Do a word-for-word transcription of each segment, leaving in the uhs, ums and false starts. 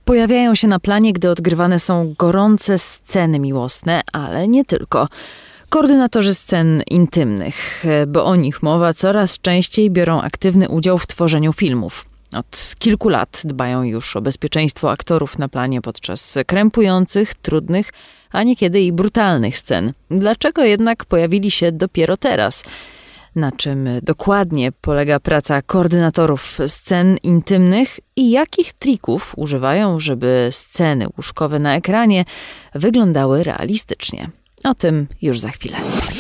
Pojawiają się na planie, gdy odgrywane są gorące sceny miłosne, ale nie tylko. Koordynatorzy scen intymnych, bo o nich mowa, coraz częściej biorą aktywny udział w tworzeniu filmów. Od kilku lat dbają już o bezpieczeństwo aktorów na planie podczas krępujących, trudnych, a niekiedy i brutalnych scen. Dlaczego jednak pojawili się dopiero teraz? Na czym dokładnie polega praca koordynatorów scen intymnych i jakich trików używają, żeby sceny łóżkowe na ekranie wyglądały realistycznie? O tym już za chwilę.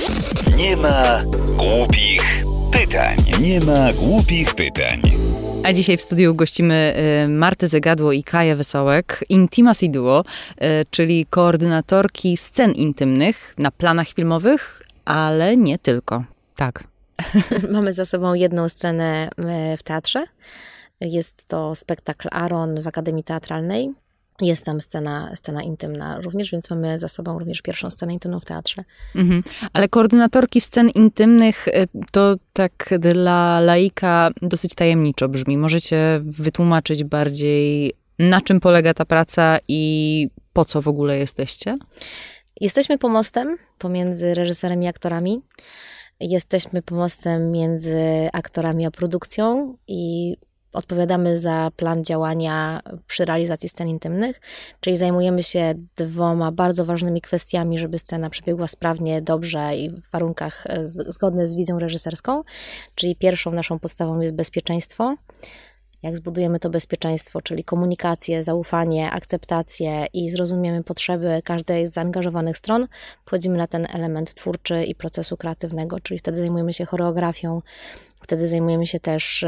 Nie ma głupich pytań. Nie ma głupich pytań. A dzisiaj w studiu gościmy Martę Zegadło i Kaję Wesołek, Intimacy Duo, czyli koordynatorki scen intymnych na planach filmowych, ale nie tylko. Tak. Mamy za sobą jedną scenę w teatrze. Jest to spektakl Aaron w Akademii Teatralnej. Jest tam scena, scena intymna również, więc mamy za sobą również pierwszą scenę intymną w teatrze. Mhm. Ale koordynatorki scen intymnych to tak dla laika dosyć tajemniczo brzmi. Możecie wytłumaczyć bardziej, na czym polega ta praca i po co w ogóle jesteście? Jesteśmy pomostem pomiędzy reżyserem i aktorami. Jesteśmy pomostem między aktorami a produkcją i odpowiadamy za plan działania przy realizacji scen intymnych, czyli zajmujemy się dwoma bardzo ważnymi kwestiami, żeby scena przebiegła sprawnie, dobrze i w warunkach zgodnych z wizją reżyserską. Czyli pierwszą naszą podstawą jest bezpieczeństwo. Jak zbudujemy to bezpieczeństwo, czyli komunikację, zaufanie, akceptację i zrozumiemy potrzeby każdej z zaangażowanych stron, wchodzimy na ten element twórczy i procesu kreatywnego, czyli wtedy zajmujemy się choreografią, wtedy zajmujemy się też,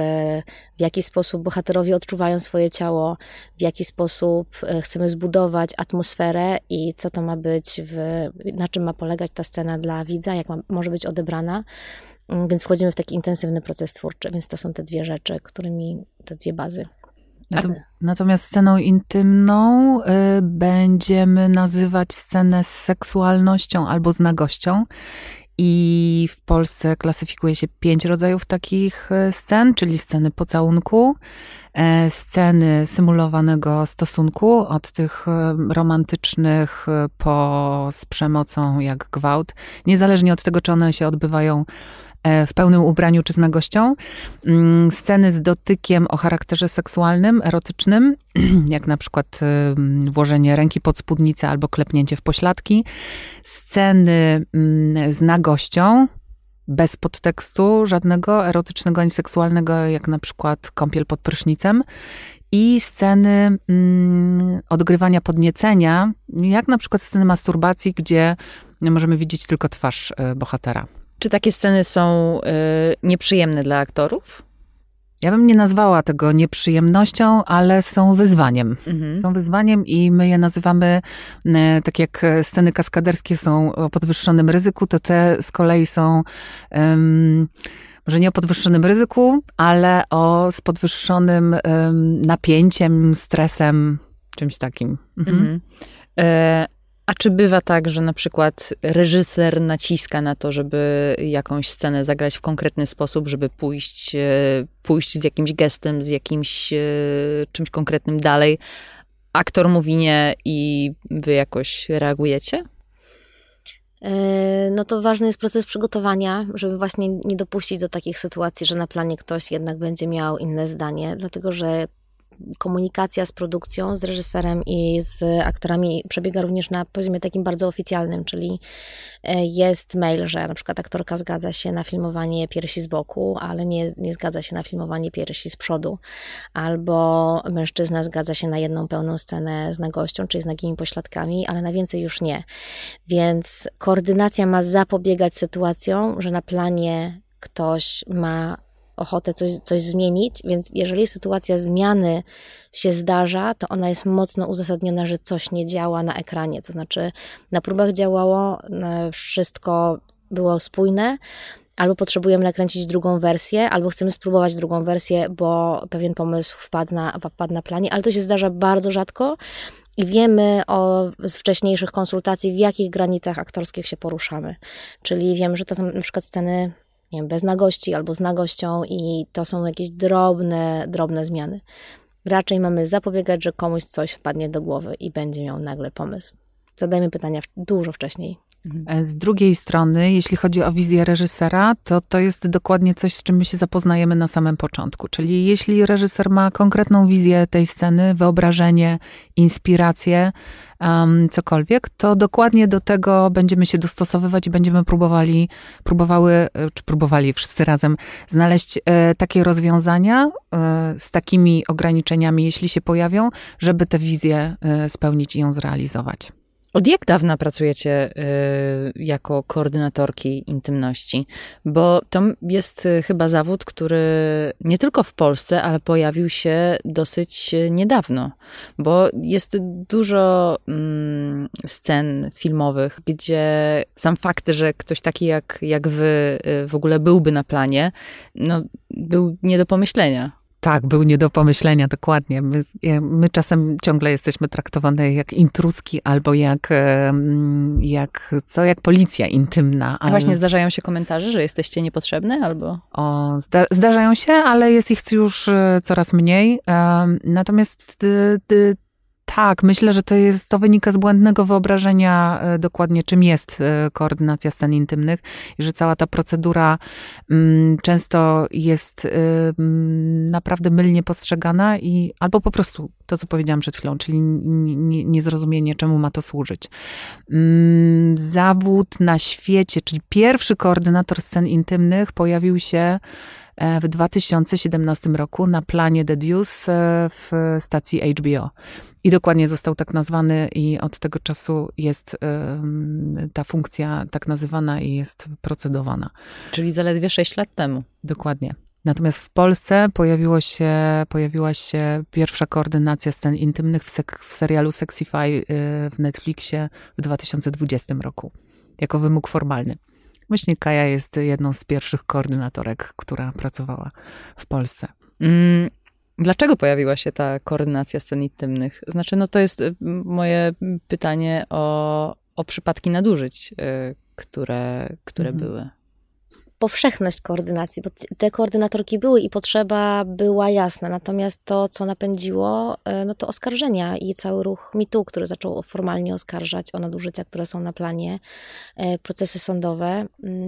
w jaki sposób bohaterowie odczuwają swoje ciało, w jaki sposób chcemy zbudować atmosferę i co to ma być, w, na czym ma polegać ta scena dla widza, jak ma, może być odebrana. Więc wchodzimy w taki intensywny proces twórczy, więc to są te dwie rzeczy, którymi, te dwie bazy. Natomiast sceną intymną y, będziemy nazywać scenę z seksualnością albo z nagością. I w Polsce klasyfikuje się pięć rodzajów takich scen, czyli sceny pocałunku, sceny symulowanego stosunku, od tych romantycznych po z przemocą jak gwałt, niezależnie od tego, czy one się odbywają w pełnym ubraniu czy z nagością. Sceny z dotykiem o charakterze seksualnym, erotycznym, jak na przykład włożenie ręki pod spódnicę albo klepnięcie w pośladki. Sceny z nagością, bez podtekstu żadnego erotycznego ani seksualnego, jak na przykład kąpiel pod prysznicem. I sceny mm, odgrywania podniecenia, jak na przykład sceny masturbacji, gdzie możemy widzieć tylko twarz bohatera. Czy takie sceny są y, nieprzyjemne dla aktorów? Ja bym nie nazwała tego nieprzyjemnością, ale są wyzwaniem. Mhm. Są wyzwaniem i my je nazywamy, e, tak jak sceny kaskaderskie są o podwyższonym ryzyku, to te z kolei są um, może nie o podwyższonym ryzyku, ale o z podwyższonym um, napięciem, stresem, czymś takim. Mhm. Mhm. E- A czy bywa tak, że na przykład reżyser naciska na to, żeby jakąś scenę zagrać w konkretny sposób, żeby pójść, pójść z jakimś gestem, z jakimś czymś konkretnym dalej? Aktor mówi nie i wy jakoś reagujecie? No to ważny jest proces przygotowania, żeby właśnie nie dopuścić do takich sytuacji, że na planie ktoś jednak będzie miał inne zdanie, dlatego że komunikacja z produkcją, z reżyserem i z aktorami przebiega również na poziomie takim bardzo oficjalnym, czyli jest mail, że na przykład aktorka zgadza się na filmowanie piersi z boku, ale nie, nie zgadza się na filmowanie piersi z przodu, albo mężczyzna zgadza się na jedną pełną scenę z nagością, czyli z nagimi pośladkami, ale na więcej już nie. Więc koordynacja ma zapobiegać sytuacjom, że na planie ktoś ma ochotę coś, coś zmienić, więc jeżeli sytuacja zmiany się zdarza, to ona jest mocno uzasadniona, że coś nie działa na ekranie, to znaczy na próbach działało, wszystko było spójne, albo potrzebujemy nakręcić drugą wersję, albo chcemy spróbować drugą wersję, bo pewien pomysł wpadł na, wpadł na planie, ale to się zdarza bardzo rzadko i wiemy o, z wcześniejszych konsultacji, w jakich granicach aktorskich się poruszamy, czyli wiemy, że to są na przykład sceny nie wiem, bez nagości albo z nagością i to są jakieś drobne, drobne zmiany. Raczej mamy zapobiegać, że komuś coś wpadnie do głowy i będzie miał nagle pomysł. Zadajmy pytania dużo wcześniej. Z drugiej strony, jeśli chodzi o wizję reżysera, to to jest dokładnie coś, z czym my się zapoznajemy na samym początku. Czyli jeśli reżyser ma konkretną wizję tej sceny, wyobrażenie, inspirację, um, cokolwiek, to dokładnie do tego będziemy się dostosowywać i będziemy próbowali, próbowały, czy próbowali wszyscy razem znaleźć e, takie rozwiązania e, z takimi ograniczeniami, jeśli się pojawią, żeby tę wizję e, spełnić i ją zrealizować. Od jak dawna pracujecie y, jako koordynatorki intymności? Bo to jest y, chyba zawód, który nie tylko w Polsce, ale pojawił się dosyć niedawno. Bo jest dużo mm, scen filmowych, gdzie sam fakt, że ktoś taki jak, jak wy y, w ogóle byłby na planie, no, był nie do pomyślenia. Tak, był nie do pomyślenia, dokładnie. My, my czasem ciągle jesteśmy traktowane jak intruski albo jak, jak co, jak policja intymna. Ale... Właśnie zdarzają się komentarze, że jesteście niepotrzebne albo... O, zda, zdarzają się, ale jest ich już coraz mniej. Natomiast dy, dy, tak, myślę, że to jest, to wynika z błędnego wyobrażenia dokładnie, czym jest koordynacja scen intymnych i że cała ta procedura um, często jest um, naprawdę mylnie postrzegana i albo po prostu to, co powiedziałam przed chwilą, czyli niezrozumienie, czemu ma to służyć. Um, zawód na świecie, czyli pierwszy koordynator scen intymnych pojawił się w dwa tysiące siedemnastym roku na planie The Deuce w stacji H B O. I dokładnie został tak nazwany i od tego czasu jest ta funkcja tak nazywana i jest procedowana. Czyli zaledwie sześć lat temu. Dokładnie. Natomiast w Polsce pojawiło się, pojawiła się pierwsza koordynacja scen intymnych w, sek- w serialu Sexify w Netflixie w dwa tysiące dwudziestym roku. Jako wymóg formalny. Myślę, Kaja jest jedną z pierwszych koordynatorek, która pracowała w Polsce. Mm, dlaczego pojawiła się ta koordynacja scen intymnych? Znaczy, no to jest moje pytanie o, o przypadki nadużyć, y, które, które mhm. były. Powszechność koordynacji, bo te koordynatorki były i potrzeba była jasna, natomiast to, co napędziło, no to oskarżenia i cały ruch MeToo, który zaczął formalnie oskarżać o nadużycia, które są na planie, procesy sądowe.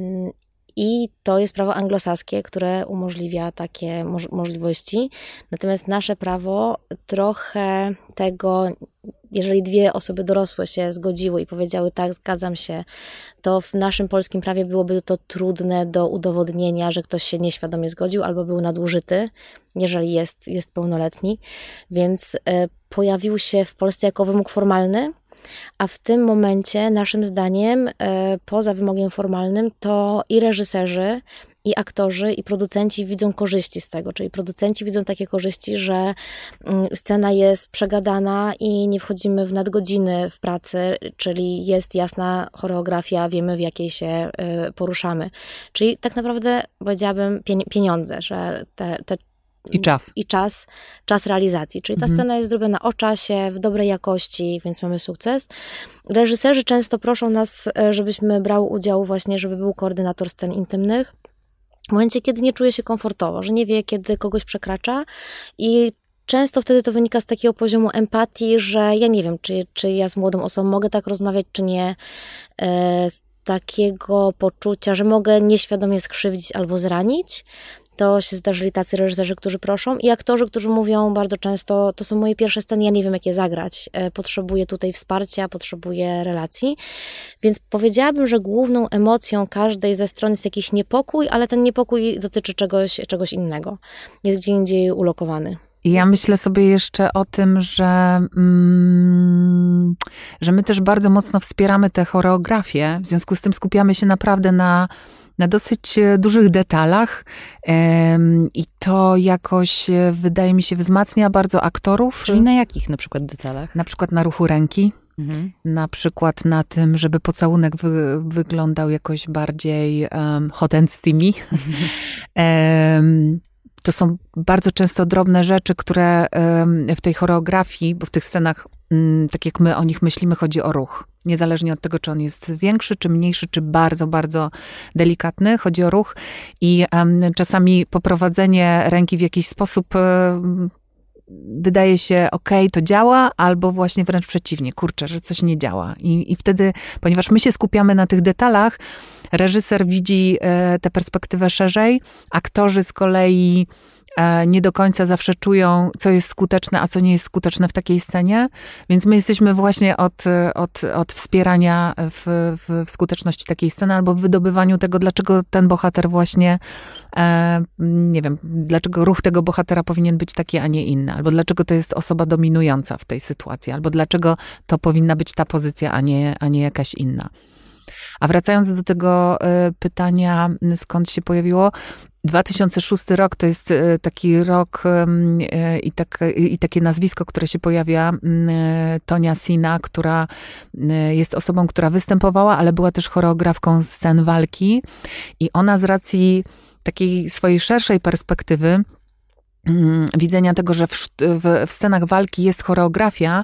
I to jest prawo anglosaskie, które umożliwia takie moż- możliwości. Natomiast nasze prawo trochę tego, jeżeli dwie osoby dorosłe się zgodziły i powiedziały tak, zgadzam się, to w naszym polskim prawie byłoby to trudne do udowodnienia, że ktoś się nieświadomie zgodził albo był nadużyty, jeżeli jest, jest pełnoletni. Więc y, pojawił się w Polsce jako wymóg formalny. A w tym momencie, naszym zdaniem, e, poza wymogiem formalnym, to i reżyserzy, i aktorzy, i producenci widzą korzyści z tego. Czyli producenci widzą takie korzyści, że mm, scena jest przegadana i nie wchodzimy w nadgodziny w pracy, czyli jest jasna choreografia, wiemy, w jakiej się y, poruszamy. Czyli tak naprawdę, powiedziałabym, pieniądze, że te, te I czas. I czas, czas realizacji. Czyli ta mhm. scena jest zrobiona o czasie, w dobrej jakości, więc mamy sukces. Reżyserzy często proszą nas, żebyśmy brały udział właśnie, żeby był koordynator scen intymnych. W momencie, kiedy nie czuje się komfortowo, że nie wie, kiedy kogoś przekracza i często wtedy to wynika z takiego poziomu empatii, że ja nie wiem, czy, czy ja z młodą osobą mogę tak rozmawiać, czy nie. Z takiego poczucia, że mogę nieświadomie skrzywdzić albo zranić. To się zdarzyli tacy reżyserzy, którzy proszą i aktorzy, którzy mówią bardzo często, to są moje pierwsze sceny, ja nie wiem, jak je zagrać. Potrzebuję tutaj wsparcia, potrzebuję relacji. Więc powiedziałabym, że główną emocją każdej ze stron jest jakiś niepokój, ale ten niepokój dotyczy czegoś, czegoś innego. Jest gdzie indziej ulokowany. Ja myślę sobie jeszcze o tym, że, mm, że my też bardzo mocno wspieramy tę choreografię, w związku z tym skupiamy się naprawdę na na dosyć dużych detalach i to jakoś, wydaje mi się, wzmacnia bardzo aktorów. Czyli na jakich na przykład detalach? Na przykład na ruchu ręki, mhm. na przykład na tym, żeby pocałunek wy, wyglądał jakoś bardziej um, hot and steamy. um, To są bardzo często drobne rzeczy, które w tej choreografii, bo w tych scenach, tak jak my o nich myślimy, chodzi o ruch. Niezależnie od tego, czy on jest większy, czy mniejszy, czy bardzo, bardzo delikatny, chodzi o ruch. I czasami poprowadzenie ręki w jakiś sposób wydaje się, okej, okay, to działa, albo właśnie wręcz przeciwnie, kurczę, że coś nie działa. I, i wtedy, ponieważ my się skupiamy na tych detalach, reżyser widzi e, tę perspektywę szerzej, aktorzy z kolei e, nie do końca zawsze czują, co jest skuteczne, a co nie jest skuteczne w takiej scenie, więc my jesteśmy właśnie od, od, od wspierania w, w, w skuteczności takiej sceny, albo w wydobywaniu tego, dlaczego ten bohater właśnie, e, nie wiem, dlaczego ruch tego bohatera powinien być taki, a nie inny, albo dlaczego to jest osoba dominująca w tej sytuacji, albo dlaczego to powinna być ta pozycja, a nie, a nie jakaś inna. A wracając do tego pytania, skąd się pojawiło, dwa tysiące szósty rok to jest taki rok i, tak, i takie nazwisko, które się pojawia, Tonia Sina, która jest osobą, która występowała, ale była też choreografką scen walki i ona z racji takiej swojej szerszej perspektywy, widzenia tego, że w, w, w scenach walki jest choreografia,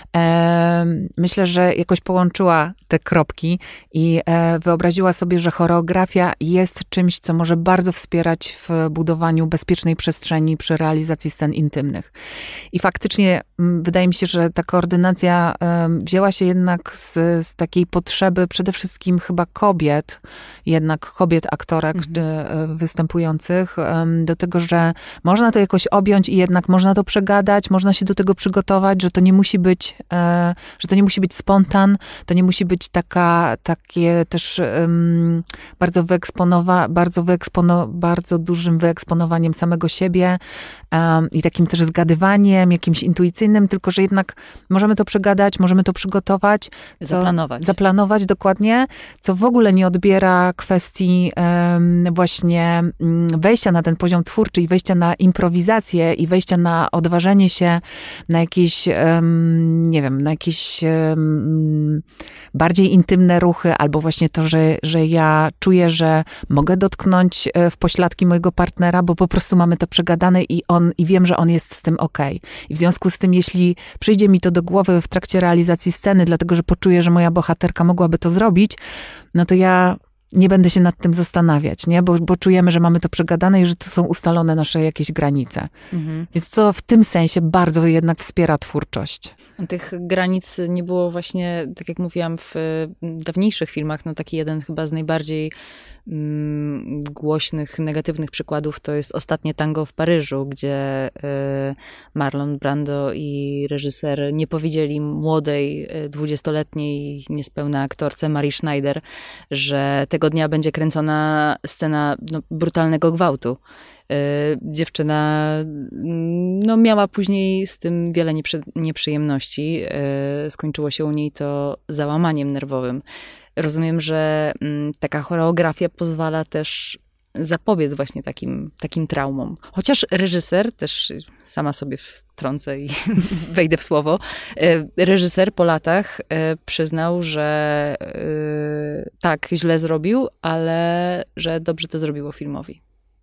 e, myślę, że jakoś połączyła te kropki i e, wyobraziła sobie, że choreografia jest czymś, co może bardzo wspierać w budowaniu bezpiecznej przestrzeni przy realizacji scen intymnych. I faktycznie m, wydaje mi się, że ta koordynacja e, wzięła się jednak z, z takiej potrzeby przede wszystkim chyba kobiet, jednak kobiet aktorek mhm. e, występujących, e, do tego, że można to jakoś objąć i jednak można to przegadać, można się do tego przygotować, że to nie musi być, e, że to nie musi być spontan, to nie musi być taka, takie też um, bardzo wyeksponowa, bardzo wyekspono, bardzo dużym wyeksponowaniem samego siebie um, i takim też zgadywaniem, jakimś intuicyjnym, tylko że jednak możemy to przegadać, możemy to przygotować. Co, zaplanować. Zaplanować, dokładnie, co w ogóle nie odbiera kwestii um, właśnie um, wejścia na ten poziom twórczy i wejścia na improwizację i wejścia na odważenie się na jakieś, um, nie wiem, na jakieś um, bardziej intymne ruchy, albo właśnie to, że, że ja czuję, że mogę dotknąć w pośladki mojego partnera, bo po prostu mamy to przegadane i on, i wiem, że on jest z tym okej. I w związku z tym, jeśli przyjdzie mi to do głowy w trakcie realizacji sceny, dlatego, że poczuję, że moja bohaterka mogłaby to zrobić, no to ja nie będę się nad tym zastanawiać, nie? Bo, bo czujemy, że mamy to przegadane i że to są ustalone nasze jakieś granice. Mhm. Więc to w tym sensie bardzo jednak wspiera twórczość. Tych granic nie było właśnie, tak jak mówiłam, w dawniejszych filmach, no taki jeden chyba z najbardziej mm, głośnych, negatywnych przykładów to jest Ostatnie tango w Paryżu, gdzie y, Marlon Brando i reżyser nie powiedzieli młodej, dwudziestoletniej, niespełna aktorce Marii Schneider, że tego dnia będzie kręcona scena no, brutalnego gwałtu. Dziewczyna no, miała później z tym wiele nieprzy, nieprzyjemności. Skończyło się u niej to załamaniem nerwowym. Rozumiem, że taka choreografia pozwala też zapobiec właśnie takim, takim traumom. Chociaż reżyser, też sama sobie wtrącę i wejdę w słowo, reżyser po latach przyznał, że tak, źle zrobił, ale że dobrze to zrobiło filmowi.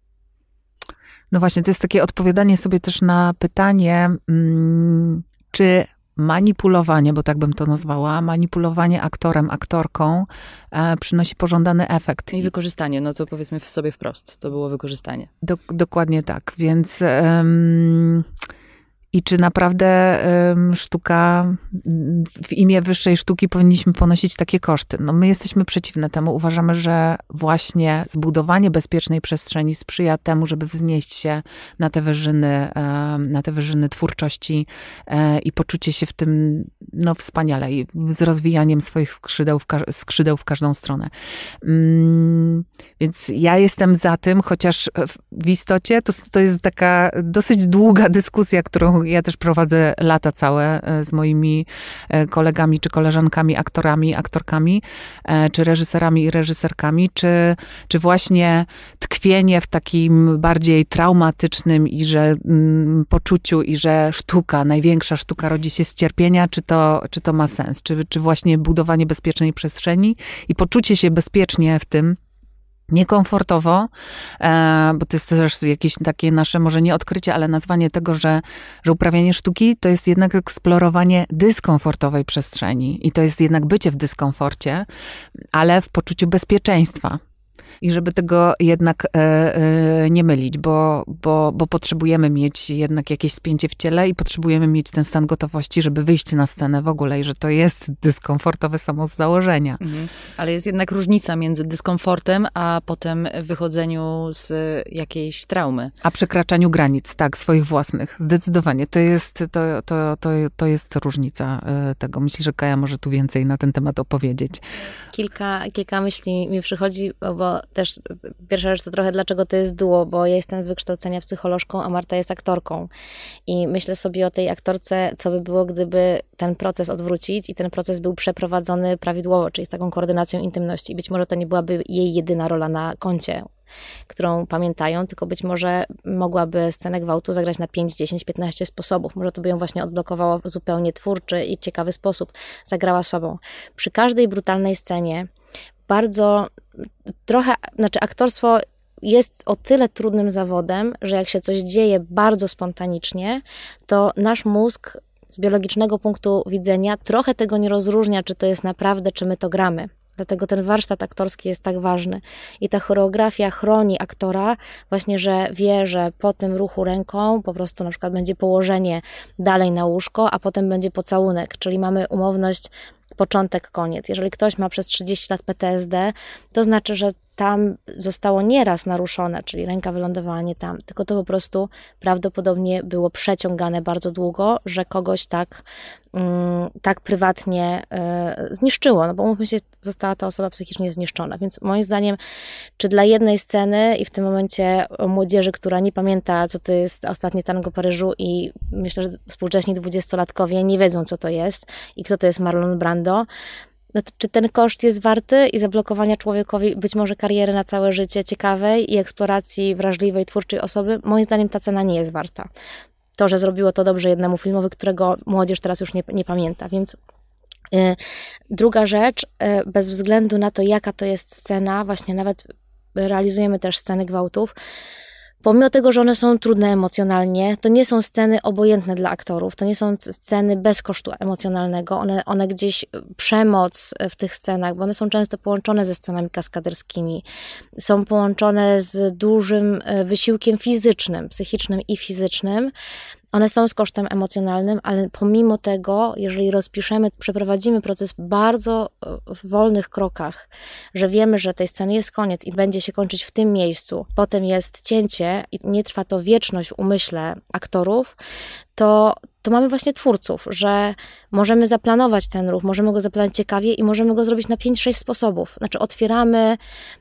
No właśnie, to jest takie odpowiadanie sobie też na pytanie, hmm, czy manipulowanie, bo tak bym to nazwała, manipulowanie aktorem, aktorką e, przynosi pożądany efekt. I wykorzystanie, no to powiedzmy sobie wprost, to było wykorzystanie. Do, dokładnie tak, więc um, i czy naprawdę um, sztuka, w imię wyższej sztuki powinniśmy ponosić takie koszty? No my jesteśmy przeciwne temu. Uważamy, że właśnie zbudowanie bezpiecznej przestrzeni sprzyja temu, żeby wznieść się na te wyżyny, um, na te wyżyny twórczości um, i poczucie się w tym no, wspaniale i z rozwijaniem swoich skrzydeł w, ka- skrzydeł w każdą stronę. Um, więc ja jestem za tym, chociaż w, w istocie to, to jest taka dosyć długa dyskusja, którą ja też prowadzę lata całe z moimi kolegami czy koleżankami, aktorami, aktorkami, czy reżyserami i reżyserkami, czy, czy właśnie tkwienie w takim bardziej traumatycznym i że mm, poczuciu i że sztuka, największa sztuka rodzi się z cierpienia, czy to, czy to ma sens, czy, czy właśnie budowanie bezpiecznej przestrzeni i poczucie się bezpiecznie w tym, niekomfortowo, bo to jest też jakieś takie nasze, może nie odkrycie, ale nazwanie tego, że, że uprawianie sztuki to jest jednak eksplorowanie dyskomfortowej przestrzeni i to jest jednak bycie w dyskomforcie, ale w poczuciu bezpieczeństwa. i żeby tego jednak e, e, nie mylić, bo, bo, bo potrzebujemy mieć jednak jakieś spięcie w ciele i potrzebujemy mieć ten stan gotowości, żeby wyjść na scenę w ogóle i że to jest dyskomfortowe samo z założenia. Mhm. Ale jest jednak różnica między dyskomfortem, a potem wychodzeniu z jakiejś traumy. A przekraczaniu granic, tak, swoich własnych. Zdecydowanie. To jest, to, to, to, to jest różnica tego. Myślę, że Kaja może tu więcej na ten temat opowiedzieć. Kilka, kilka myśli mi przychodzi, bo też pierwsza rzecz to trochę dlaczego to jest duo, bo ja jestem z wykształcenia psycholożką, a Marta jest aktorką. I myślę sobie o tej aktorce, co by było, gdyby ten proces odwrócić i ten proces był przeprowadzony prawidłowo, czyli z taką koordynacją intymności. Być może to nie byłaby jej jedyna rola na koncie, którą pamiętają, tylko być może mogłaby scenę gwałtu zagrać na pięć, dziesięć, piętnaście sposobów. Może to by ją właśnie odblokowało w zupełnie twórczy i ciekawy sposób. Zagrała sobą. Przy każdej brutalnej scenie bardzo trochę, znaczy aktorstwo jest o tyle trudnym zawodem, że jak się coś dzieje bardzo spontanicznie, to nasz mózg z biologicznego punktu widzenia trochę tego nie rozróżnia, czy to jest naprawdę, czy my to gramy. Dlatego ten warsztat aktorski jest tak ważny. I ta choreografia chroni aktora właśnie, że wie, że po tym ruchu ręką po prostu na przykład będzie położenie dalej na łóżko, a potem będzie pocałunek, czyli mamy umowność początek, koniec. Jeżeli ktoś ma przez trzydzieści lat P T S D, to znaczy, że tam zostało nieraz naruszone, czyli ręka wylądowała nie tam, tylko to po prostu prawdopodobnie było przeciągane bardzo długo, że kogoś tak, um, tak prywatnie y, zniszczyło, no bo mówmy się, została ta osoba psychicznie zniszczona, więc moim zdaniem, czy dla jednej sceny i w tym momencie o młodzieży, która nie pamięta, co to jest ostatnie tango Paryżu i myślę, że współcześni dwudziestolatkowie nie wiedzą, co to jest i kto to jest Marlon Brando, no to czy ten koszt jest warty i zablokowania człowiekowi być może kariery na całe życie ciekawej i eksploracji wrażliwej, twórczej osoby? Moim zdaniem ta cena nie jest warta. To, że zrobiło to dobrze jednemu filmowi, którego młodzież teraz już nie, nie pamięta, więc yy, druga rzecz, yy, bez względu na to, jaka to jest scena, właśnie nawet realizujemy też sceny gwałtów, pomimo tego, że one są trudne emocjonalnie, to nie są sceny obojętne dla aktorów, to nie są sceny bez kosztu emocjonalnego, one, one gdzieś, przemoc w tych scenach, bo one są często połączone ze scenami kaskaderskimi, są połączone z dużym wysiłkiem fizycznym, psychicznym i fizycznym. One są z kosztem emocjonalnym, ale pomimo tego, jeżeli rozpiszemy, przeprowadzimy proces w bardzo wolnych krokach, że wiemy, że tej sceny jest koniec i będzie się kończyć w tym miejscu, potem jest cięcie i nie trwa to wieczność w umyśle aktorów, to, to mamy właśnie twórców, że możemy zaplanować ten ruch, możemy go zaplanować ciekawie i możemy go zrobić na pięć sześć sposobów. Znaczy otwieramy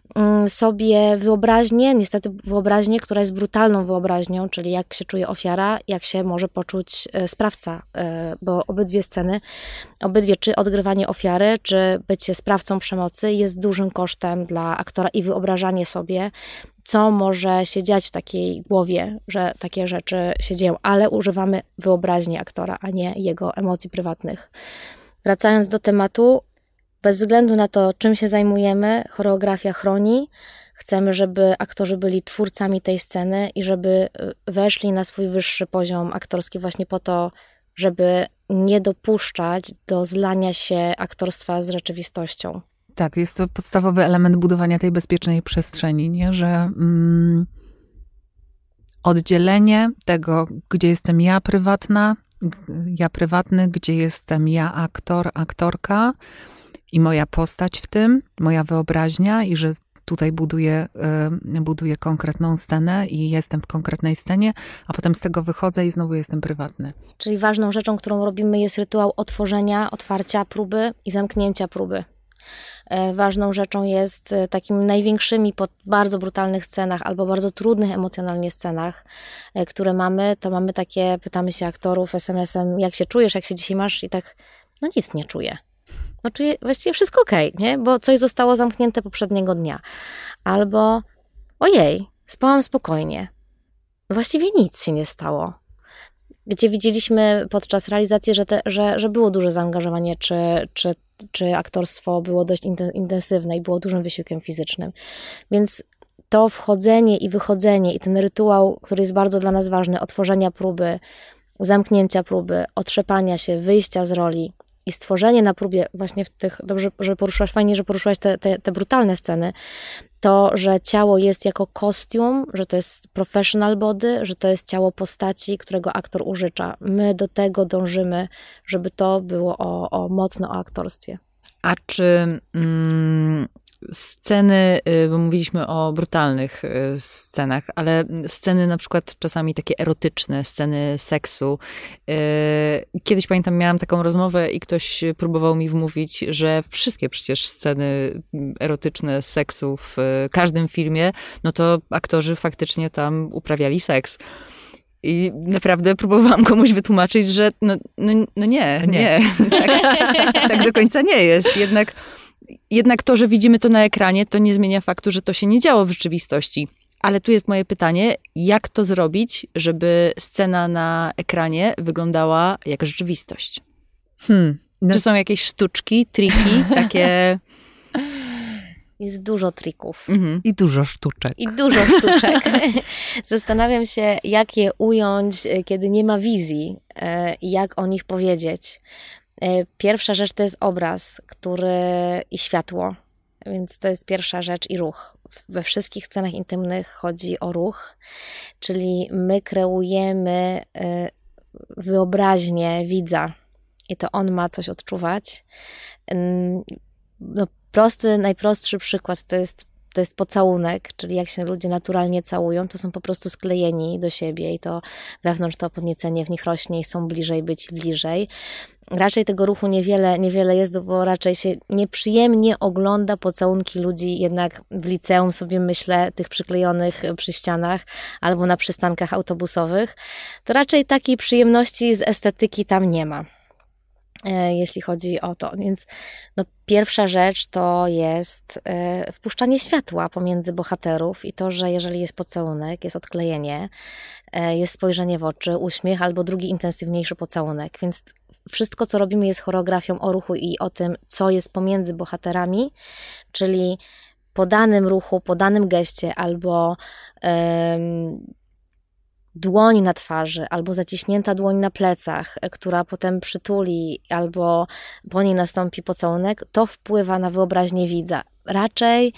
sobie wyobraźnię, niestety wyobraźnię, która jest brutalną wyobraźnią, czyli jak się czuje ofiara, jak się może poczuć sprawca, bo obydwie sceny, obydwie, czy odgrywanie ofiary, czy bycie sprawcą przemocy jest dużym kosztem dla aktora i wyobrażanie sobie, co może się dziać w takiej głowie, że takie rzeczy się dzieją, ale używamy wyobraźni aktora, a nie jego emocji prywatnych. Wracając do tematu, bez względu na to, czym się zajmujemy, choreografia chroni. Chcemy, żeby aktorzy byli twórcami tej sceny i żeby weszli na swój wyższy poziom aktorski właśnie po to, żeby nie dopuszczać do zlania się aktorstwa z rzeczywistością. Tak, jest to podstawowy element budowania tej bezpiecznej przestrzeni, nie? Że mm, oddzielenie tego, gdzie jestem ja prywatna, ja prywatny, gdzie jestem ja aktor, aktorka i moja postać w tym, moja wyobraźnia i że tutaj buduję, y, buduję konkretną scenę i jestem w konkretnej scenie, a potem z tego wychodzę i znowu jestem prywatny. Czyli ważną rzeczą, którą robimy, jest rytuał otworzenia, otwarcia próby i zamknięcia próby. Ważną rzeczą jest takimi największymi po bardzo brutalnych scenach albo bardzo trudnych emocjonalnie scenach, które mamy, to mamy takie, pytamy się aktorów es em esem, jak się czujesz, jak się dzisiaj masz i tak, no nic nie czuję. No czuję właściwie wszystko okej, nie? Bo coś zostało zamknięte poprzedniego dnia. Albo ojej, spałam spokojnie. Właściwie nic się nie stało. Gdzie widzieliśmy podczas realizacji, że, te, że, że było duże zaangażowanie, czy, czy, czy aktorstwo było dość intensywne i było dużym wysiłkiem fizycznym. Więc to wchodzenie i wychodzenie i ten rytuał, który jest bardzo dla nas ważny, otworzenia próby, zamknięcia próby, otrzepania się, wyjścia z roli i stworzenie na próbie właśnie w tych, dobrze, że poruszyłaś, fajnie, że poruszyłaś te, te, te brutalne sceny, to, że ciało jest jako kostium, że to jest professional body, że to jest ciało postaci, którego aktor użycza. My do tego dążymy, żeby to było o, o mocno o aktorstwie. A czy mm, sceny, bo mówiliśmy o brutalnych scenach, ale sceny na przykład czasami takie erotyczne, sceny seksu. Kiedyś pamiętam, miałam taką rozmowę i ktoś próbował mi wmówić, że wszystkie przecież sceny erotyczne seksu w każdym filmie, no to aktorzy faktycznie tam uprawiali seks. I naprawdę próbowałam komuś wytłumaczyć, że no, no, no nie, nie, nie. Tak, tak do końca nie jest. Jednak, jednak to, że widzimy to na ekranie, to nie zmienia faktu, że to się nie działo w rzeczywistości. Ale tu jest moje pytanie, jak to zrobić, żeby scena na ekranie wyglądała jak rzeczywistość? Hmm. No. Czy są jakieś sztuczki, triki, takie... Jest dużo trików. Mhm. I dużo sztuczek. I dużo sztuczek. Zastanawiam się, jak je ująć, kiedy nie ma wizji i jak o nich powiedzieć. Pierwsza rzecz to jest obraz, który i światło. Więc to jest pierwsza rzecz i ruch. We wszystkich scenach intymnych chodzi o ruch, czyli my kreujemy wyobraźnię widza i to on ma coś odczuwać. No, prosty, najprostszy przykład to jest, to jest pocałunek, czyli jak się ludzie naturalnie całują, to są po prostu sklejeni do siebie i to wewnątrz to podniecenie w nich rośnie i są bliżej być bliżej. Raczej tego ruchu niewiele, niewiele jest, bo raczej się nieprzyjemnie ogląda pocałunki ludzi jednak w liceum, sobie myślę, tych przyklejonych przy ścianach albo na przystankach autobusowych. To raczej takiej przyjemności z estetyki tam nie ma, jeśli chodzi o to. Więc no, pierwsza rzecz to jest y, wpuszczanie światła pomiędzy bohaterów i to, że jeżeli jest pocałunek, jest odklejenie, y, jest spojrzenie w oczy, uśmiech albo drugi intensywniejszy pocałunek. Więc wszystko, co robimy, jest choreografią o ruchu i o tym, co jest pomiędzy bohaterami, czyli po danym ruchu, po danym geście albo y, dłoń na twarzy, albo zaciśnięta dłoń na plecach, która potem przytuli, albo po niej nastąpi pocałunek, to wpływa na wyobraźnię widza. Raczej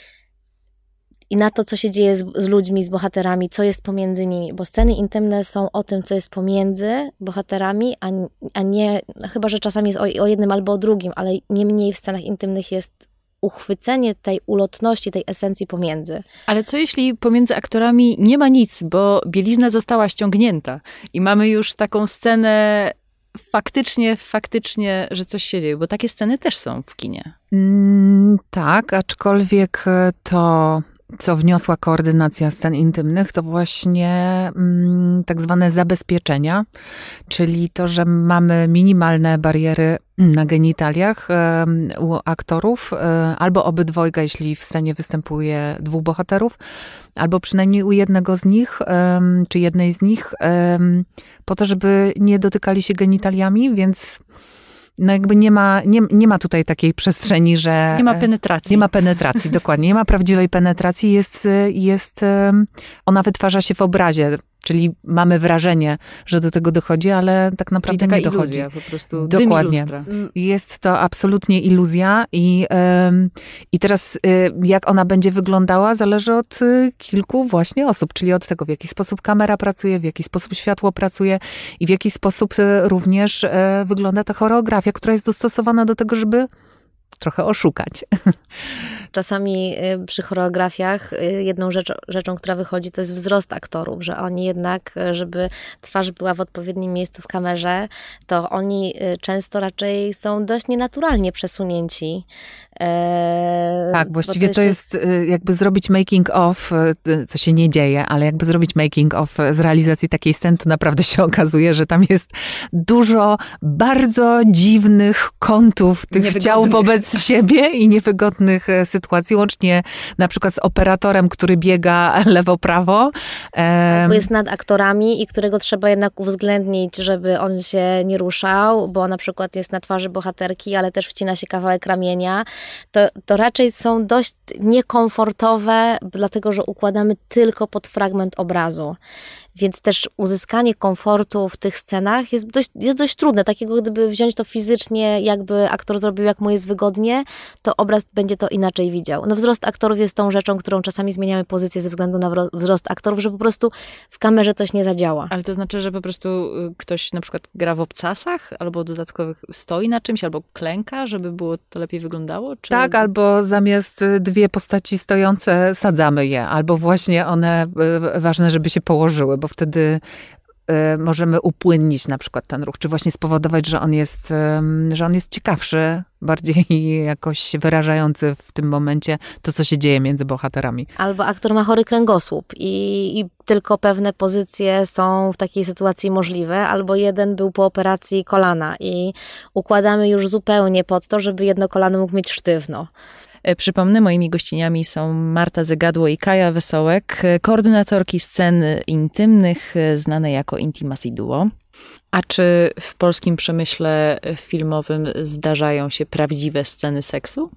i na to, co się dzieje z, z ludźmi, z bohaterami, co jest pomiędzy nimi, bo sceny intymne są o tym, co jest pomiędzy bohaterami, a, a nie, chyba że czasami jest o, o jednym albo o drugim, ale nie mniej w scenach intymnych jest uchwycenie tej ulotności, tej esencji pomiędzy. Ale co jeśli pomiędzy aktorami nie ma nic, bo bielizna została ściągnięta i mamy już taką scenę faktycznie, faktycznie, że coś się dzieje, bo takie sceny też są w kinie. Mm, tak, aczkolwiek to, co wniosła koordynacja scen intymnych, to właśnie mm, tak zwane zabezpieczenia, czyli to, że mamy minimalne bariery na genitaliach um, u aktorów, um, albo obydwojga, jeśli w scenie występuje dwóch bohaterów, albo przynajmniej u jednego z nich, um, czy jednej z nich, um, po to, żeby nie dotykali się genitaliami, więc no jakby nie ma, nie, nie ma tutaj takiej przestrzeni, że... Nie ma penetracji. Nie ma penetracji, dokładnie. Nie ma prawdziwej penetracji. Jest, jest, ona wytwarza się w obrazie, czyli mamy wrażenie, że do tego dochodzi, ale tak naprawdę czyli taka nie dochodzi. Iluzja, po prostu dokładnie. Dym i jest to absolutnie iluzja i, ym, i teraz y, jak ona będzie wyglądała, zależy od y, kilku właśnie osób, czyli od tego, w jaki sposób kamera pracuje, w jaki sposób światło pracuje i w jaki sposób y, również y, wygląda ta choreografia, która jest dostosowana do tego, żeby trochę oszukać. Czasami przy choreografiach jedną rzecz, rzeczą, która wychodzi, to jest wzrost aktorów, że oni jednak, żeby twarz była w odpowiednim miejscu w kamerze, to oni często raczej są dość nienaturalnie przesunięci. Tak, właściwie to jest, to jest jakby zrobić making of, co się nie dzieje, ale jakby zrobić making of z realizacji takiej sceny, to naprawdę się okazuje, że tam jest dużo bardzo dziwnych kątów tych ciał wobec siebie i niewygodnych sytuacji, łącznie na przykład z operatorem, który biega lewo-prawo. Albo jest nad aktorami i którego trzeba jednak uwzględnić, żeby on się nie ruszał, bo na przykład jest na twarzy bohaterki, ale też wcina się kawałek ramienia. To, to raczej są dość niekomfortowe, dlatego że układamy tylko pod fragment obrazu. Więc też uzyskanie komfortu w tych scenach jest dość, jest dość trudne. Takiego, gdyby wziąć to fizycznie, jakby aktor zrobił, jak mu jest wygodnie, to obraz będzie to inaczej widział. No wzrost aktorów jest tą rzeczą, którą czasami zmieniamy pozycję ze względu na wzrost aktorów, że po prostu w kamerze coś nie zadziała. Ale to znaczy, że po prostu ktoś na przykład gra w obcasach, albo dodatkowych stoi na czymś, albo klęka, żeby było to lepiej wyglądało? Czy... Tak, albo zamiast dwie postaci stojące sadzamy je, albo właśnie one, ważne, żeby się położyły, bo wtedy możemy upłynnić na przykład ten ruch, czy właśnie spowodować, że on jest, że on jest ciekawszy, bardziej jakoś wyrażający w tym momencie to, co się dzieje między bohaterami. Albo aktor ma chory kręgosłup i, i tylko pewne pozycje są w takiej sytuacji możliwe, albo jeden był po operacji kolana i układamy już zupełnie pod to, żeby jedno kolano mógł mieć sztywno. Przypomnę, moimi gościniami są Marta Zygadło i Kaja Wesołek, koordynatorki scen intymnych, znane jako Intimacy Duo. A czy w polskim przemyśle filmowym zdarzają się prawdziwe sceny seksu?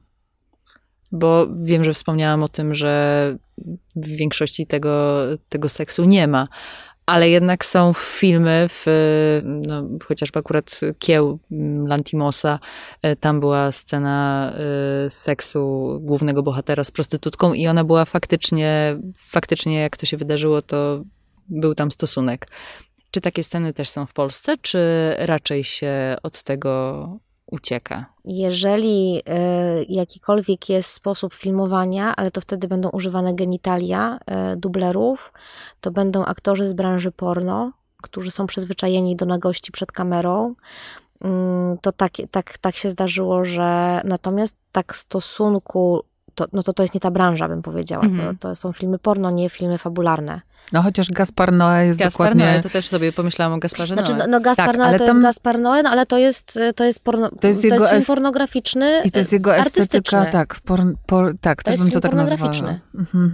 Bo wiem, że wspomniałam o tym, że w większości tego, tego seksu nie ma. Ale jednak są filmy, w, no, chociażby akurat Kieł Lantimosa, tam była scena seksu głównego bohatera z prostytutką i ona była faktycznie, faktycznie jak to się wydarzyło, to był tam stosunek. Czy takie sceny też są w Polsce, czy raczej się od tego ucieka? Jeżeli y, jakikolwiek jest sposób filmowania, ale to wtedy będą używane genitalia y, dublerów, to będą aktorzy z branży porno, którzy są przyzwyczajeni do nagości przed kamerą. Y, to tak, tak, tak się zdarzyło, że natomiast tak stosunku, to, no to to jest nie ta branża, bym powiedziała. Mm-hmm. To, to są filmy porno, nie filmy fabularne. No chociaż Gaspar Noé jest Gaspar dokładnie... Noé, to też sobie pomyślałam o Gasparze Noé. Znaczy, no, no Gaspar tak, Noé to tam... jest Gaspar Noé, no, ale to jest, to jest, porno, to jest, to jest film es... pornograficzny, i to jest jego estetyka, tak, por, por, tak, to też bym to tak nazwała. Mhm.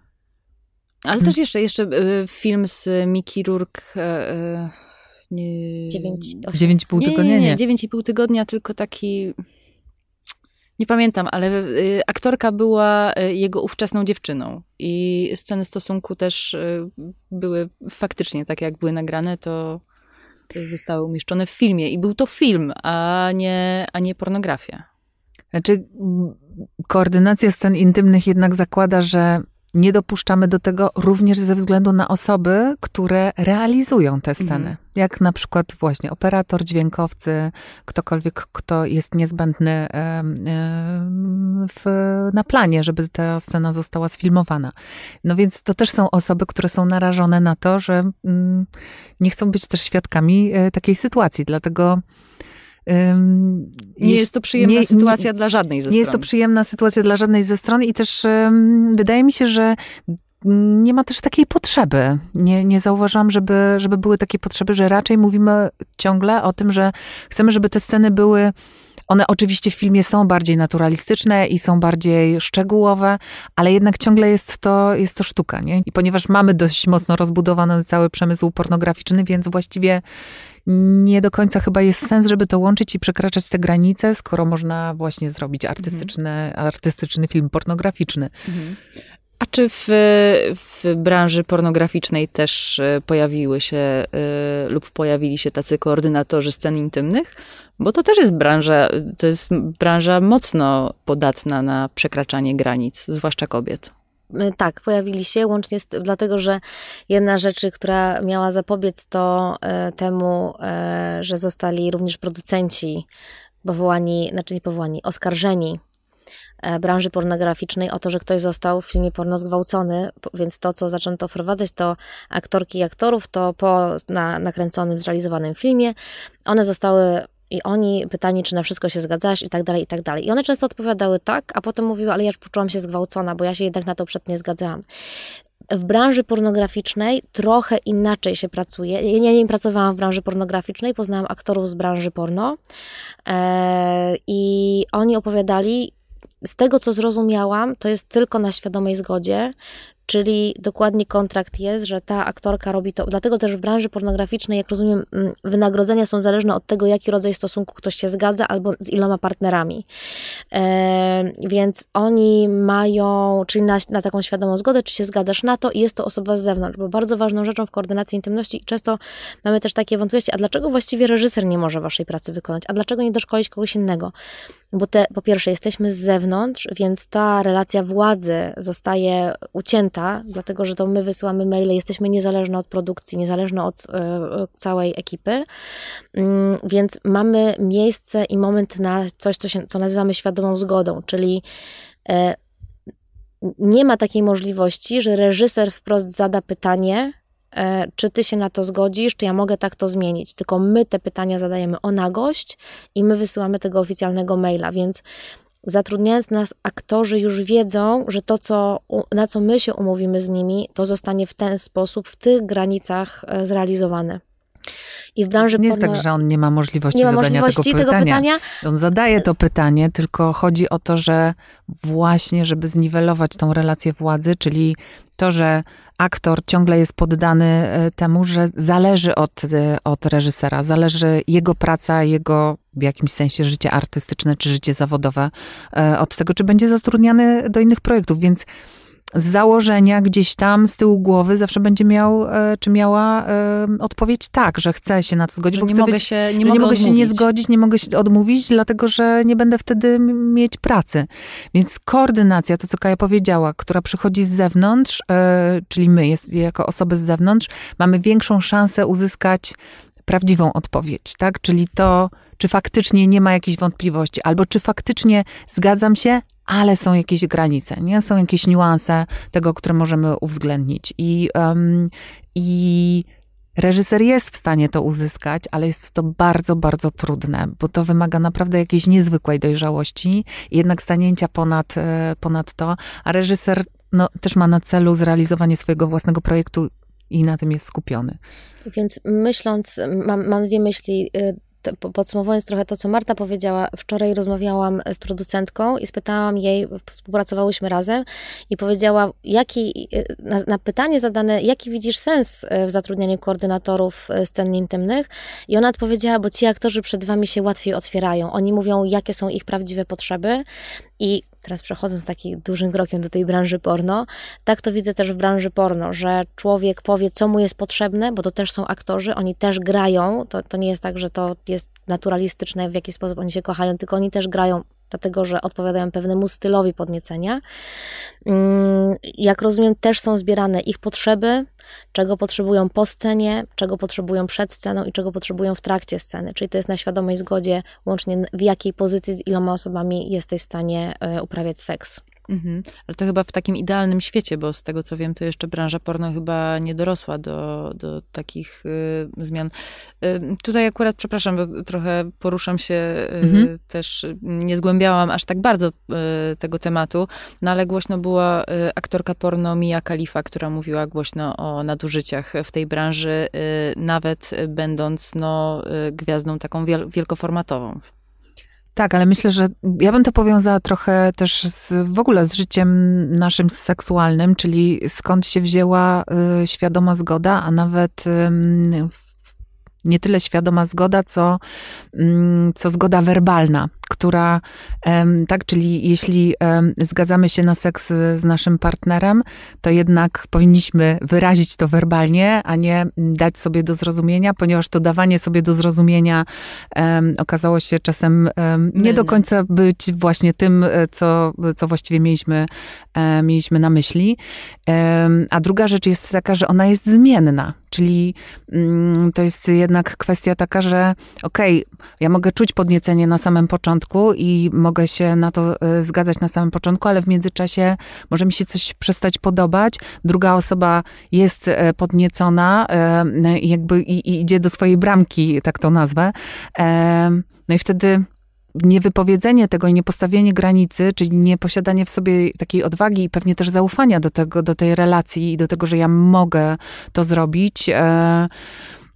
Ale hmm. też jeszcze, jeszcze y, film z Mickey Rourke... Y, nie... Dziewięć i pół tygodnia, nie. Nie, nie, dziewięć i pół tygodnia, tylko taki... Nie pamiętam, ale y, aktorka była y, jego ówczesną dziewczyną i sceny stosunku też y, były faktycznie takie, jak były nagrane, to, to zostały umieszczone w filmie. I był to film, a nie, a nie pornografia. Znaczy, koordynacja scen intymnych jednak zakłada, że nie dopuszczamy do tego również ze względu na osoby, które realizują te sceny. Mhm. Jak na przykład właśnie operator, dźwiękowcy, ktokolwiek, kto jest niezbędny w, na planie, żeby ta scena została sfilmowana. No więc to też są osoby, które są narażone na to, że nie chcą być też świadkami takiej sytuacji. Dlatego Um, nie jest to przyjemna nie, sytuacja nie, dla żadnej ze stron. Nie jest to przyjemna sytuacja dla żadnej ze stron i też um, wydaje mi się, że nie ma też takiej potrzeby. Nie, nie zauważyłam, żeby, żeby były takie potrzeby, że raczej mówimy ciągle o tym, że chcemy, żeby te sceny były... One oczywiście w filmie są bardziej naturalistyczne i są bardziej szczegółowe, ale jednak ciągle jest to, jest to sztuka, nie? I ponieważ mamy dość mocno rozbudowany cały przemysł pornograficzny, więc właściwie nie do końca chyba jest sens, żeby to łączyć i przekraczać te granice, skoro można właśnie zrobić artystyczny, mhm. artystyczny film pornograficzny. Mhm. A czy w, w branży pornograficznej też pojawiły się y, lub pojawili się tacy koordynatorzy scen intymnych? Bo to też jest branża, to jest branża mocno podatna na przekraczanie granic, zwłaszcza kobiet. Tak, pojawili się, łącznie z tym, dlatego że jedna rzecz, która miała zapobiec to e, temu, e, że zostali również producenci powołani, znaczy nie powołani, oskarżeni branży pornograficznej o to, że ktoś został w filmie porno zgwałcony, więc to, co zaczęto wprowadzać, to aktorki i aktorów, to po na, nakręconym, zrealizowanym filmie, one zostały i oni pytani, czy na wszystko się zgadzasz i tak dalej, i tak dalej. I one często odpowiadały tak, a potem mówiły, ale ja już poczułam się zgwałcona, bo ja się jednak na to przed nie zgadzałam. W branży pornograficznej trochę inaczej się pracuje. Ja nie pracowałam w branży pornograficznej, poznałam aktorów z branży porno e, i oni opowiadali, z tego co zrozumiałam, to jest tylko na świadomej zgodzie, Czyli dokładnie kontrakt jest, że ta aktorka robi to, dlatego też w branży pornograficznej, jak rozumiem, wynagrodzenia są zależne od tego, jaki rodzaj stosunku ktoś się zgadza, albo z iloma partnerami. E, więc oni mają, czyli na, na taką świadomą zgodę, czy się zgadzasz na to i jest to osoba z zewnątrz, bo bardzo ważną rzeczą w koordynacji intymności, często mamy też takie wątpliwości, a dlaczego właściwie reżyser nie może waszej pracy wykonać, a dlaczego nie doszkolić kogoś innego? Bo te, po pierwsze, jesteśmy z zewnątrz, więc ta relacja władzy zostaje ucięta, dlatego, że to my wysyłamy maile, jesteśmy niezależne od produkcji, niezależne od y, całej ekipy, y, więc mamy miejsce i moment na coś, co, się, co nazywamy świadomą zgodą, czyli y, nie ma takiej możliwości, że reżyser wprost zada pytanie, czy ty się na to zgodzisz, czy ja mogę tak to zmienić. Tylko my te pytania zadajemy o nagość i my wysyłamy tego oficjalnego maila, więc zatrudniając nas, aktorzy już wiedzą, że to, co, na co my się umówimy z nimi, to zostanie w ten sposób, w tych granicach zrealizowane. I w branży nie jest porno... tak, że on nie ma możliwości nie ma zadania możliwości tego, pytania. tego pytania. On zadaje to pytanie, tylko chodzi o to, że właśnie, żeby zniwelować tą relację władzy, czyli to, że aktor ciągle jest poddany temu, że zależy od, od reżysera, zależy jego praca, jego w jakimś sensie życie artystyczne czy życie zawodowe od tego, czy będzie zatrudniany do innych projektów, więc z założenia gdzieś tam z tyłu głowy zawsze będzie miał, czy miała odpowiedź tak, że chce się na to zgodzić, że bo nie chcę mogę być, się nie, nie mogę mogę się nie odmówić. zgodzić, nie mogę się odmówić, dlatego że nie będę wtedy mieć pracy. Więc koordynacja, to co Kaja powiedziała, która przychodzi z zewnątrz, czyli my, jest, jako osoby z zewnątrz, mamy większą szansę uzyskać prawdziwą odpowiedź, tak? Czyli to, czy faktycznie nie ma jakichś wątpliwości, albo czy faktycznie zgadzam się, ale są jakieś granice, nie? Są jakieś niuanse tego, które możemy uwzględnić. I, um, i reżyser jest w stanie to uzyskać, ale jest to bardzo, bardzo trudne, bo to wymaga naprawdę jakiejś niezwykłej dojrzałości i jednak stanięcia ponad, ponad to, a reżyser no, też ma na celu zrealizowanie swojego własnego projektu i na tym jest skupiony. Więc myśląc, mam, mam dwie myśli. Podsumowując trochę to, co Marta powiedziała, wczoraj rozmawiałam z producentką i spytałam jej, współpracowałyśmy razem i powiedziała, jaki, na, na pytanie zadane, jaki widzisz sens w zatrudnianiu koordynatorów scen intymnych, i ona odpowiedziała, bo ci aktorzy przed wami się łatwiej otwierają. Oni mówią, jakie są ich prawdziwe potrzeby. I teraz przechodząc takim dużym krokiem do tej branży porno, tak to widzę też w branży porno, że człowiek powie, co mu jest potrzebne, bo to też są aktorzy, oni też grają, to, to nie jest tak, że to jest naturalistyczne, w jaki sposób oni się kochają, tylko oni też grają, dlatego że odpowiadają pewnemu stylowi podniecenia. Jak rozumiem, też są zbierane ich potrzeby, czego potrzebują po scenie, czego potrzebują przed sceną i czego potrzebują w trakcie sceny. Czyli to jest na świadomej zgodzie, łącznie w jakiej pozycji, z iloma osobami jesteś w stanie uprawiać seks. Mhm. Ale to chyba w takim idealnym świecie, bo z tego co wiem, to jeszcze branża porno chyba nie dorosła do, do takich y, zmian. Y, tutaj akurat, przepraszam, bo trochę poruszam się, y, mhm. też nie zgłębiałam aż tak bardzo y, tego tematu, no ale głośno była y, aktorka porno Mia Khalifa, która mówiła głośno o nadużyciach w tej branży, y, nawet będąc no, y, gwiazdą taką wiel- wielkoformatową. Tak, ale myślę, że ja bym to powiązała trochę też z, w ogóle z życiem naszym seksualnym, czyli skąd się wzięła y, świadoma zgoda, a nawet y, nie tyle świadoma zgoda, co, y, co zgoda werbalna, która, y, tak, czyli jeśli y, zgadzamy się na seks z naszym partnerem, to jednak powinniśmy wyrazić to werbalnie, a nie dać sobie do zrozumienia, ponieważ to dawanie sobie do zrozumienia um, okazało się czasem um, nie do końca być właśnie tym, co, co właściwie mieliśmy, um, mieliśmy na myśli. Um, a druga rzecz jest taka, że ona jest zmienna, czyli um, to jest jednak kwestia taka, że okej, okay, ja mogę czuć podniecenie na samym początku i mogę się na to zgadzać na samym początku, ale w międzyczasie może mi się coś przestać podobać. Druga osoba jest podniecona jakby i, i idzie do swojej bramki, tak to nazwę. No i wtedy niewypowiedzenie tego i niepostawienie granicy, czyli nieposiadanie w sobie takiej odwagi i pewnie też zaufania do tego, do tej relacji i do tego, że ja mogę to zrobić,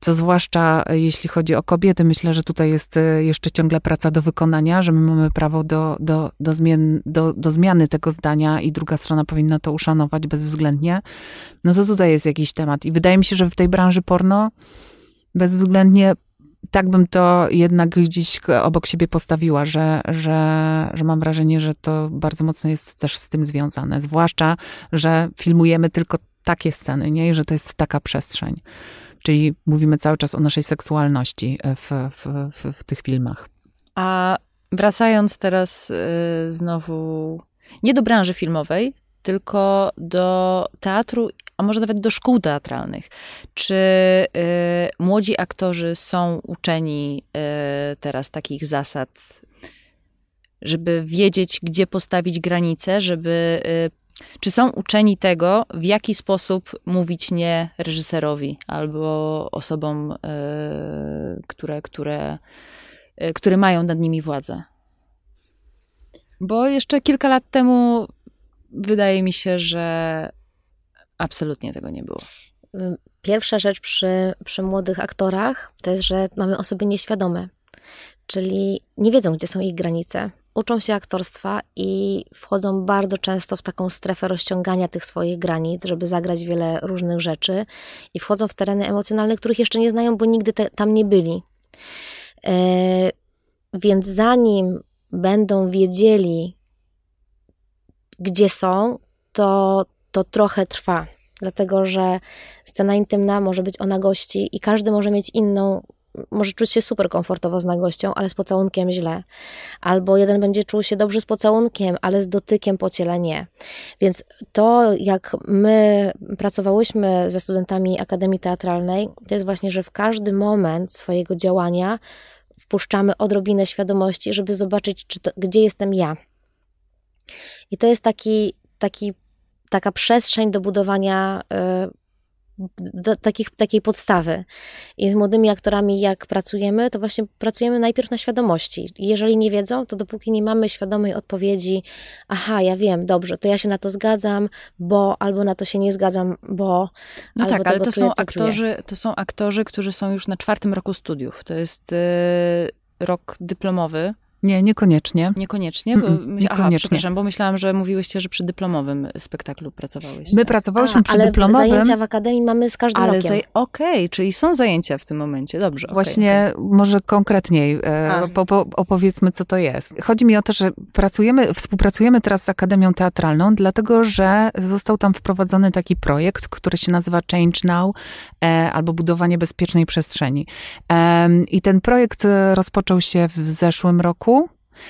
co zwłaszcza jeśli chodzi o kobiety, myślę, że tutaj jest jeszcze ciągle praca do wykonania, że my mamy prawo do, do, do, zmian, do, do zmiany tego zdania i druga strona powinna to uszanować bezwzględnie, no to tutaj jest jakiś temat. I wydaje mi się, że w tej branży porno bezwzględnie tak bym to jednak gdzieś obok siebie postawiła, że, że, że mam wrażenie, że to bardzo mocno jest też z tym związane. Zwłaszcza, że filmujemy tylko takie sceny, nie? I że to jest taka przestrzeń. Czyli mówimy cały czas o naszej seksualności w, w, w, w tych filmach. A wracając teraz y, znowu nie do branży filmowej, tylko do teatru, a może nawet do szkół teatralnych. Czy y, młodzi aktorzy są uczeni y, teraz takich zasad, żeby wiedzieć, gdzie postawić granice, żeby... Y, czy są uczeni tego, w jaki sposób mówić nie reżyserowi albo osobom, y, które, które, y, które mają nad nimi władzę? Bo jeszcze kilka lat temu wydaje mi się, że absolutnie tego nie było. Pierwsza rzecz przy, przy młodych aktorach to jest, że mamy osoby nieświadome, czyli nie wiedzą, gdzie są ich granice. Uczą się aktorstwa i wchodzą bardzo często w taką strefę rozciągania tych swoich granic, żeby zagrać wiele różnych rzeczy i wchodzą w tereny emocjonalne, których jeszcze nie znają, bo nigdy te, tam nie byli. E, więc zanim będą wiedzieli, gdzie są, to, to trochę trwa. Dlatego, że scena intymna może być o nagości i każdy może mieć inną, może czuć się super komfortowo z nagością, ale z pocałunkiem źle. Albo jeden będzie czuł się dobrze z pocałunkiem, ale z dotykiem po ciele nie. Więc to, jak my pracowałyśmy ze studentami Akademii Teatralnej, to jest właśnie, że w każdy moment swojego działania wpuszczamy odrobinę świadomości, żeby zobaczyć, czy to, gdzie jestem ja. I to jest taki, taki, taka przestrzeń do budowania y, do takich, takiej podstawy. I z młodymi aktorami, jak pracujemy, to właśnie pracujemy najpierw na świadomości. I jeżeli nie wiedzą, to dopóki nie mamy świadomej odpowiedzi, aha, ja wiem, dobrze, to ja się na to zgadzam, bo, albo na to się nie zgadzam, bo... No albo tak, ale to czuję, są to aktorzy, to są aktorzy, którzy są już na czwartym roku studiów. To jest y, rok dyplomowy. Nie, niekoniecznie. Niekoniecznie? Bo Mm-mm, myśl... Aha, niekoniecznie. przepraszam, bo myślałam, że mówiłyście, że przy dyplomowym spektaklu pracowałyście. My pracowałyśmy A, przy ale dyplomowym. zajęcia w Akademii mamy z każdym Ale rokiem. zaj... Okej, okay, czyli są zajęcia w tym momencie, dobrze. Właśnie okay, może konkretniej A. e, po, po, opowiedzmy, co to jest. Chodzi mi o to, że pracujemy, współpracujemy teraz z Akademią Teatralną, dlatego, że został tam wprowadzony taki projekt, który się nazywa Change Now, e, albo Budowanie Bezpiecznej Przestrzeni. E, I ten projekt rozpoczął się w zeszłym roku.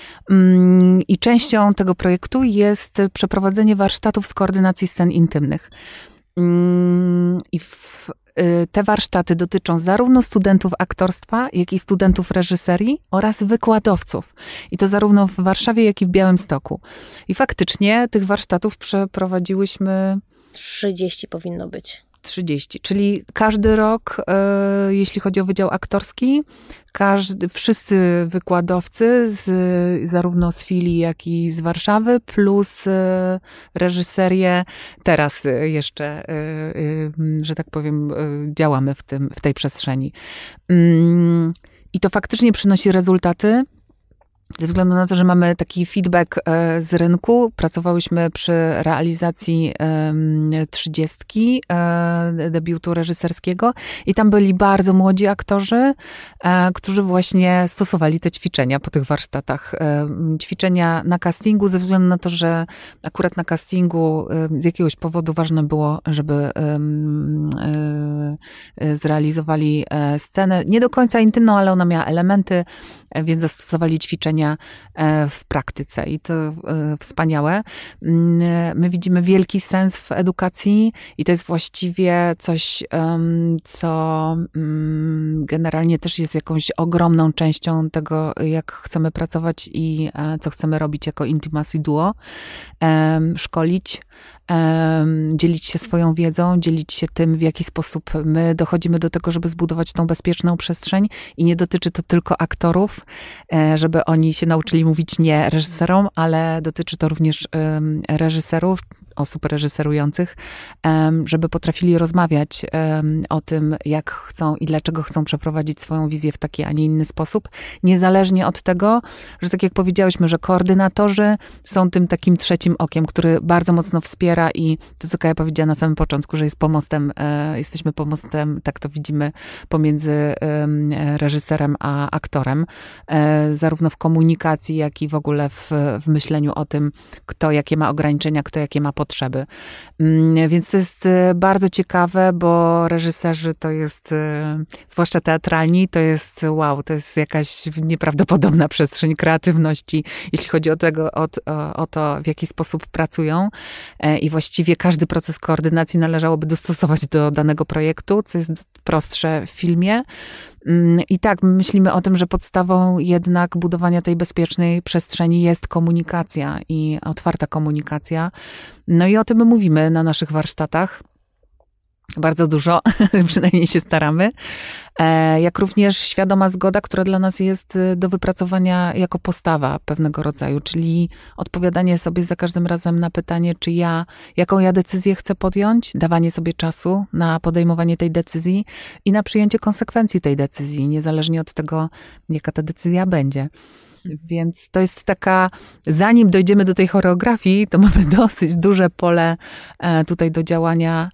I częścią tego projektu jest przeprowadzenie warsztatów z koordynacji scen intymnych. I w, te warsztaty dotyczą zarówno studentów aktorstwa, jak i studentów reżyserii oraz wykładowców. I to zarówno w Warszawie, jak i w Białymstoku. I faktycznie tych warsztatów przeprowadziłyśmy... trzydzieści powinno być. trzydzieści, czyli każdy rok, e, jeśli chodzi o wydział aktorski, każdy, wszyscy wykładowcy, z, zarówno z filii, jak i z Warszawy, plus e, reżyserię, teraz jeszcze, e, e, że tak powiem, e, działamy w, tym, w tej przestrzeni. Mm, I to faktycznie przynosi rezultaty. Ze względu na to, że mamy taki feedback z rynku, pracowałyśmy przy realizacji trzydziestki debiutu reżyserskiego i tam byli bardzo młodzi aktorzy, którzy właśnie stosowali te ćwiczenia po tych warsztatach. Ćwiczenia na castingu, ze względu na to, że akurat na castingu z jakiegoś powodu ważne było, żeby zrealizowali scenę, nie do końca intymną, ale ona miała elementy, więc zastosowali ćwiczenia w praktyce i to wspaniałe. My widzimy wielki sens w edukacji i to jest właściwie coś, co generalnie też jest jakąś ogromną częścią tego, jak chcemy pracować i co chcemy robić jako Intimacy Duo. Szkolić um, dzielić się swoją wiedzą, dzielić się tym, w jaki sposób my dochodzimy do tego, żeby zbudować tą bezpieczną przestrzeń i nie dotyczy to tylko aktorów, e, żeby oni się nauczyli mówić nie reżyserom, ale dotyczy to również um, reżyserów, osób reżyserujących, um, żeby potrafili rozmawiać um, o tym, jak chcą i dlaczego chcą przeprowadzić swoją wizję w taki, a nie inny sposób, niezależnie od tego, że tak jak powiedziałyśmy, że koordynatorzy są tym takim trzecim okiem, który bardzo mocno wspiera i to, co Kaja powiedziała na samym początku, że jest pomostem, e, jesteśmy pomostem, tak to widzimy, pomiędzy e, reżyserem a aktorem, e, zarówno w komunikacji, jak i w ogóle w, w myśleniu o tym, kto jakie ma ograniczenia, kto jakie ma potrzeby. Mm, więc to jest bardzo ciekawe, bo reżyserzy to jest, e, zwłaszcza teatralni, to jest wow, to jest jakaś nieprawdopodobna przestrzeń kreatywności, jeśli chodzi o, tego, o, o to, w jaki sposób pracują i właściwie każdy proces koordynacji należałoby dostosować do danego projektu, co jest prostsze w filmie. I tak, myślimy o tym, że podstawą jednak budowania tej bezpiecznej przestrzeni jest komunikacja i otwarta komunikacja. No i o tym my mówimy na naszych warsztatach. Bardzo dużo, przynajmniej się staramy. Jak również świadoma zgoda, która dla nas jest do wypracowania jako postawa pewnego rodzaju, czyli odpowiadanie sobie za każdym razem na pytanie, czy ja, jaką ja decyzję chcę podjąć, dawanie sobie czasu na podejmowanie tej decyzji i na przyjęcie konsekwencji tej decyzji, niezależnie od tego, jaka ta decyzja będzie. Więc to jest taka, zanim dojdziemy do tej choreografii, to mamy dosyć duże pole tutaj do działania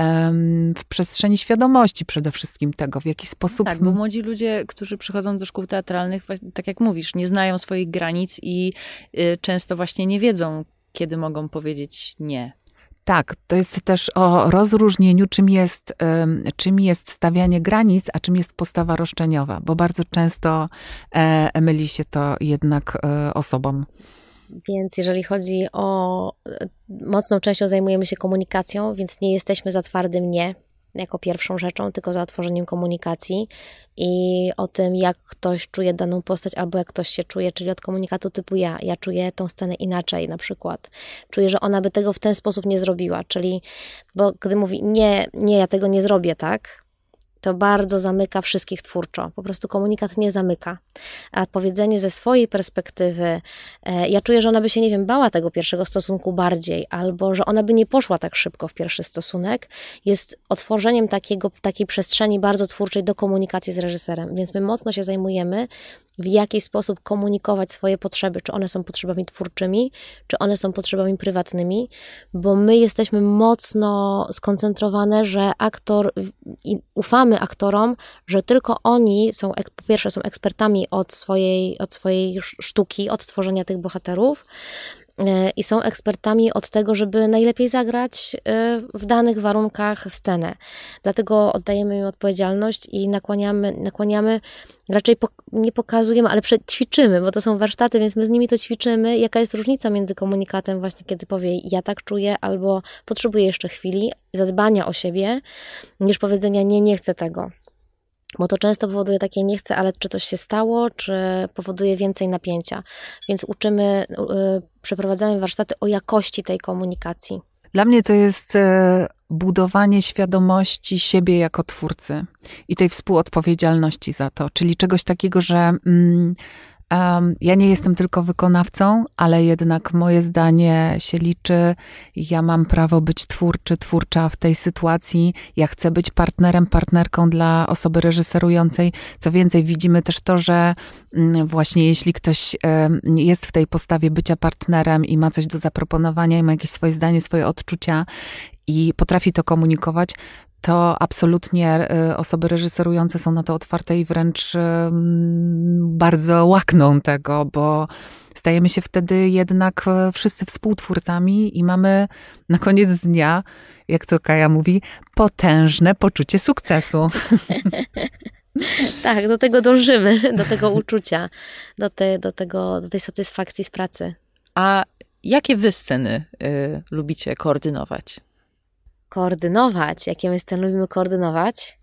w przestrzeni świadomości przede wszystkim tego, w jaki sposób... Tak, bo młodzi ludzie, którzy przychodzą do szkół teatralnych, tak jak mówisz, nie znają swoich granic i często właśnie nie wiedzą, kiedy mogą powiedzieć nie. Tak, to jest też o rozróżnieniu, czym jest, czym jest stawianie granic, a czym jest postawa roszczeniowa, bo bardzo często myli się to jednak osobom. Więc jeżeli chodzi o mocną częścią zajmujemy się komunikacją, więc nie jesteśmy za twardym nie jako pierwszą rzeczą, tylko za otworzeniem komunikacji i o tym, jak ktoś czuje daną postać, albo jak ktoś się czuje, czyli od komunikatu typu ja. Ja czuję tą scenę inaczej na przykład. Czuję, że ona by tego w ten sposób nie zrobiła, czyli, bo gdy mówi nie, nie, ja tego nie zrobię, tak? To bardzo zamyka wszystkich twórczo. Po prostu komunikat nie zamyka. A powiedzenie ze swojej perspektywy, e, ja czuję, że ona by się, nie wiem, bała tego pierwszego stosunku bardziej, albo że ona by nie poszła tak szybko w pierwszy stosunek, jest otworzeniem takiego, takiej przestrzeni bardzo twórczej do komunikacji z reżyserem. Więc my mocno się zajmujemy, w jaki sposób komunikować swoje potrzeby, czy one są potrzebami twórczymi, czy one są potrzebami prywatnymi, bo my jesteśmy mocno skoncentrowane, że aktor, i ufamy aktorom, że tylko oni są, po pierwsze są ekspertami od swojej, od swojej sztuki, od tworzenia tych bohaterów, i są ekspertami od tego, żeby najlepiej zagrać w danych warunkach scenę. Dlatego oddajemy im odpowiedzialność i nakłaniamy, nakłaniamy raczej po, nie pokazujemy, ale ćwiczymy, bo to są warsztaty, więc my z nimi to ćwiczymy. Jaka jest różnica między komunikatem właśnie, kiedy powie ja tak czuję, albo potrzebuję jeszcze chwili zadbania o siebie, niż powiedzenia nie, nie chcę tego. Bo to często powoduje takie nie chcę, ale czy coś się stało, czy powoduje więcej napięcia. Więc uczymy, yy, przeprowadzamy warsztaty o jakości tej komunikacji. Dla mnie to jest e, budowanie świadomości siebie jako twórcy i tej współodpowiedzialności za to, czyli czegoś takiego, że mm, um, ja nie jestem tylko wykonawcą, ale jednak moje zdanie się liczy, ja mam prawo być twórczy, twórcza w tej sytuacji, ja chcę być partnerem, partnerką dla osoby reżyserującej. Co więcej, widzimy też to, że mm, właśnie jeśli ktoś um, jest w tej postawie bycia partnerem i ma coś do zaproponowania i ma jakieś swoje zdanie, swoje odczucia i potrafi to komunikować, to absolutnie osoby reżyserujące są na to otwarte i wręcz bardzo łakną tego, bo stajemy się wtedy jednak wszyscy współtwórcami i mamy na koniec dnia, jak to Kaja mówi, potężne poczucie sukcesu. Tak, do tego dążymy, do tego uczucia, do, te, do, tego, do tej satysfakcji z pracy. A jakie wy sceny y, lubicie koordynować? Koordynować, jakie my sceny lubimy koordynować?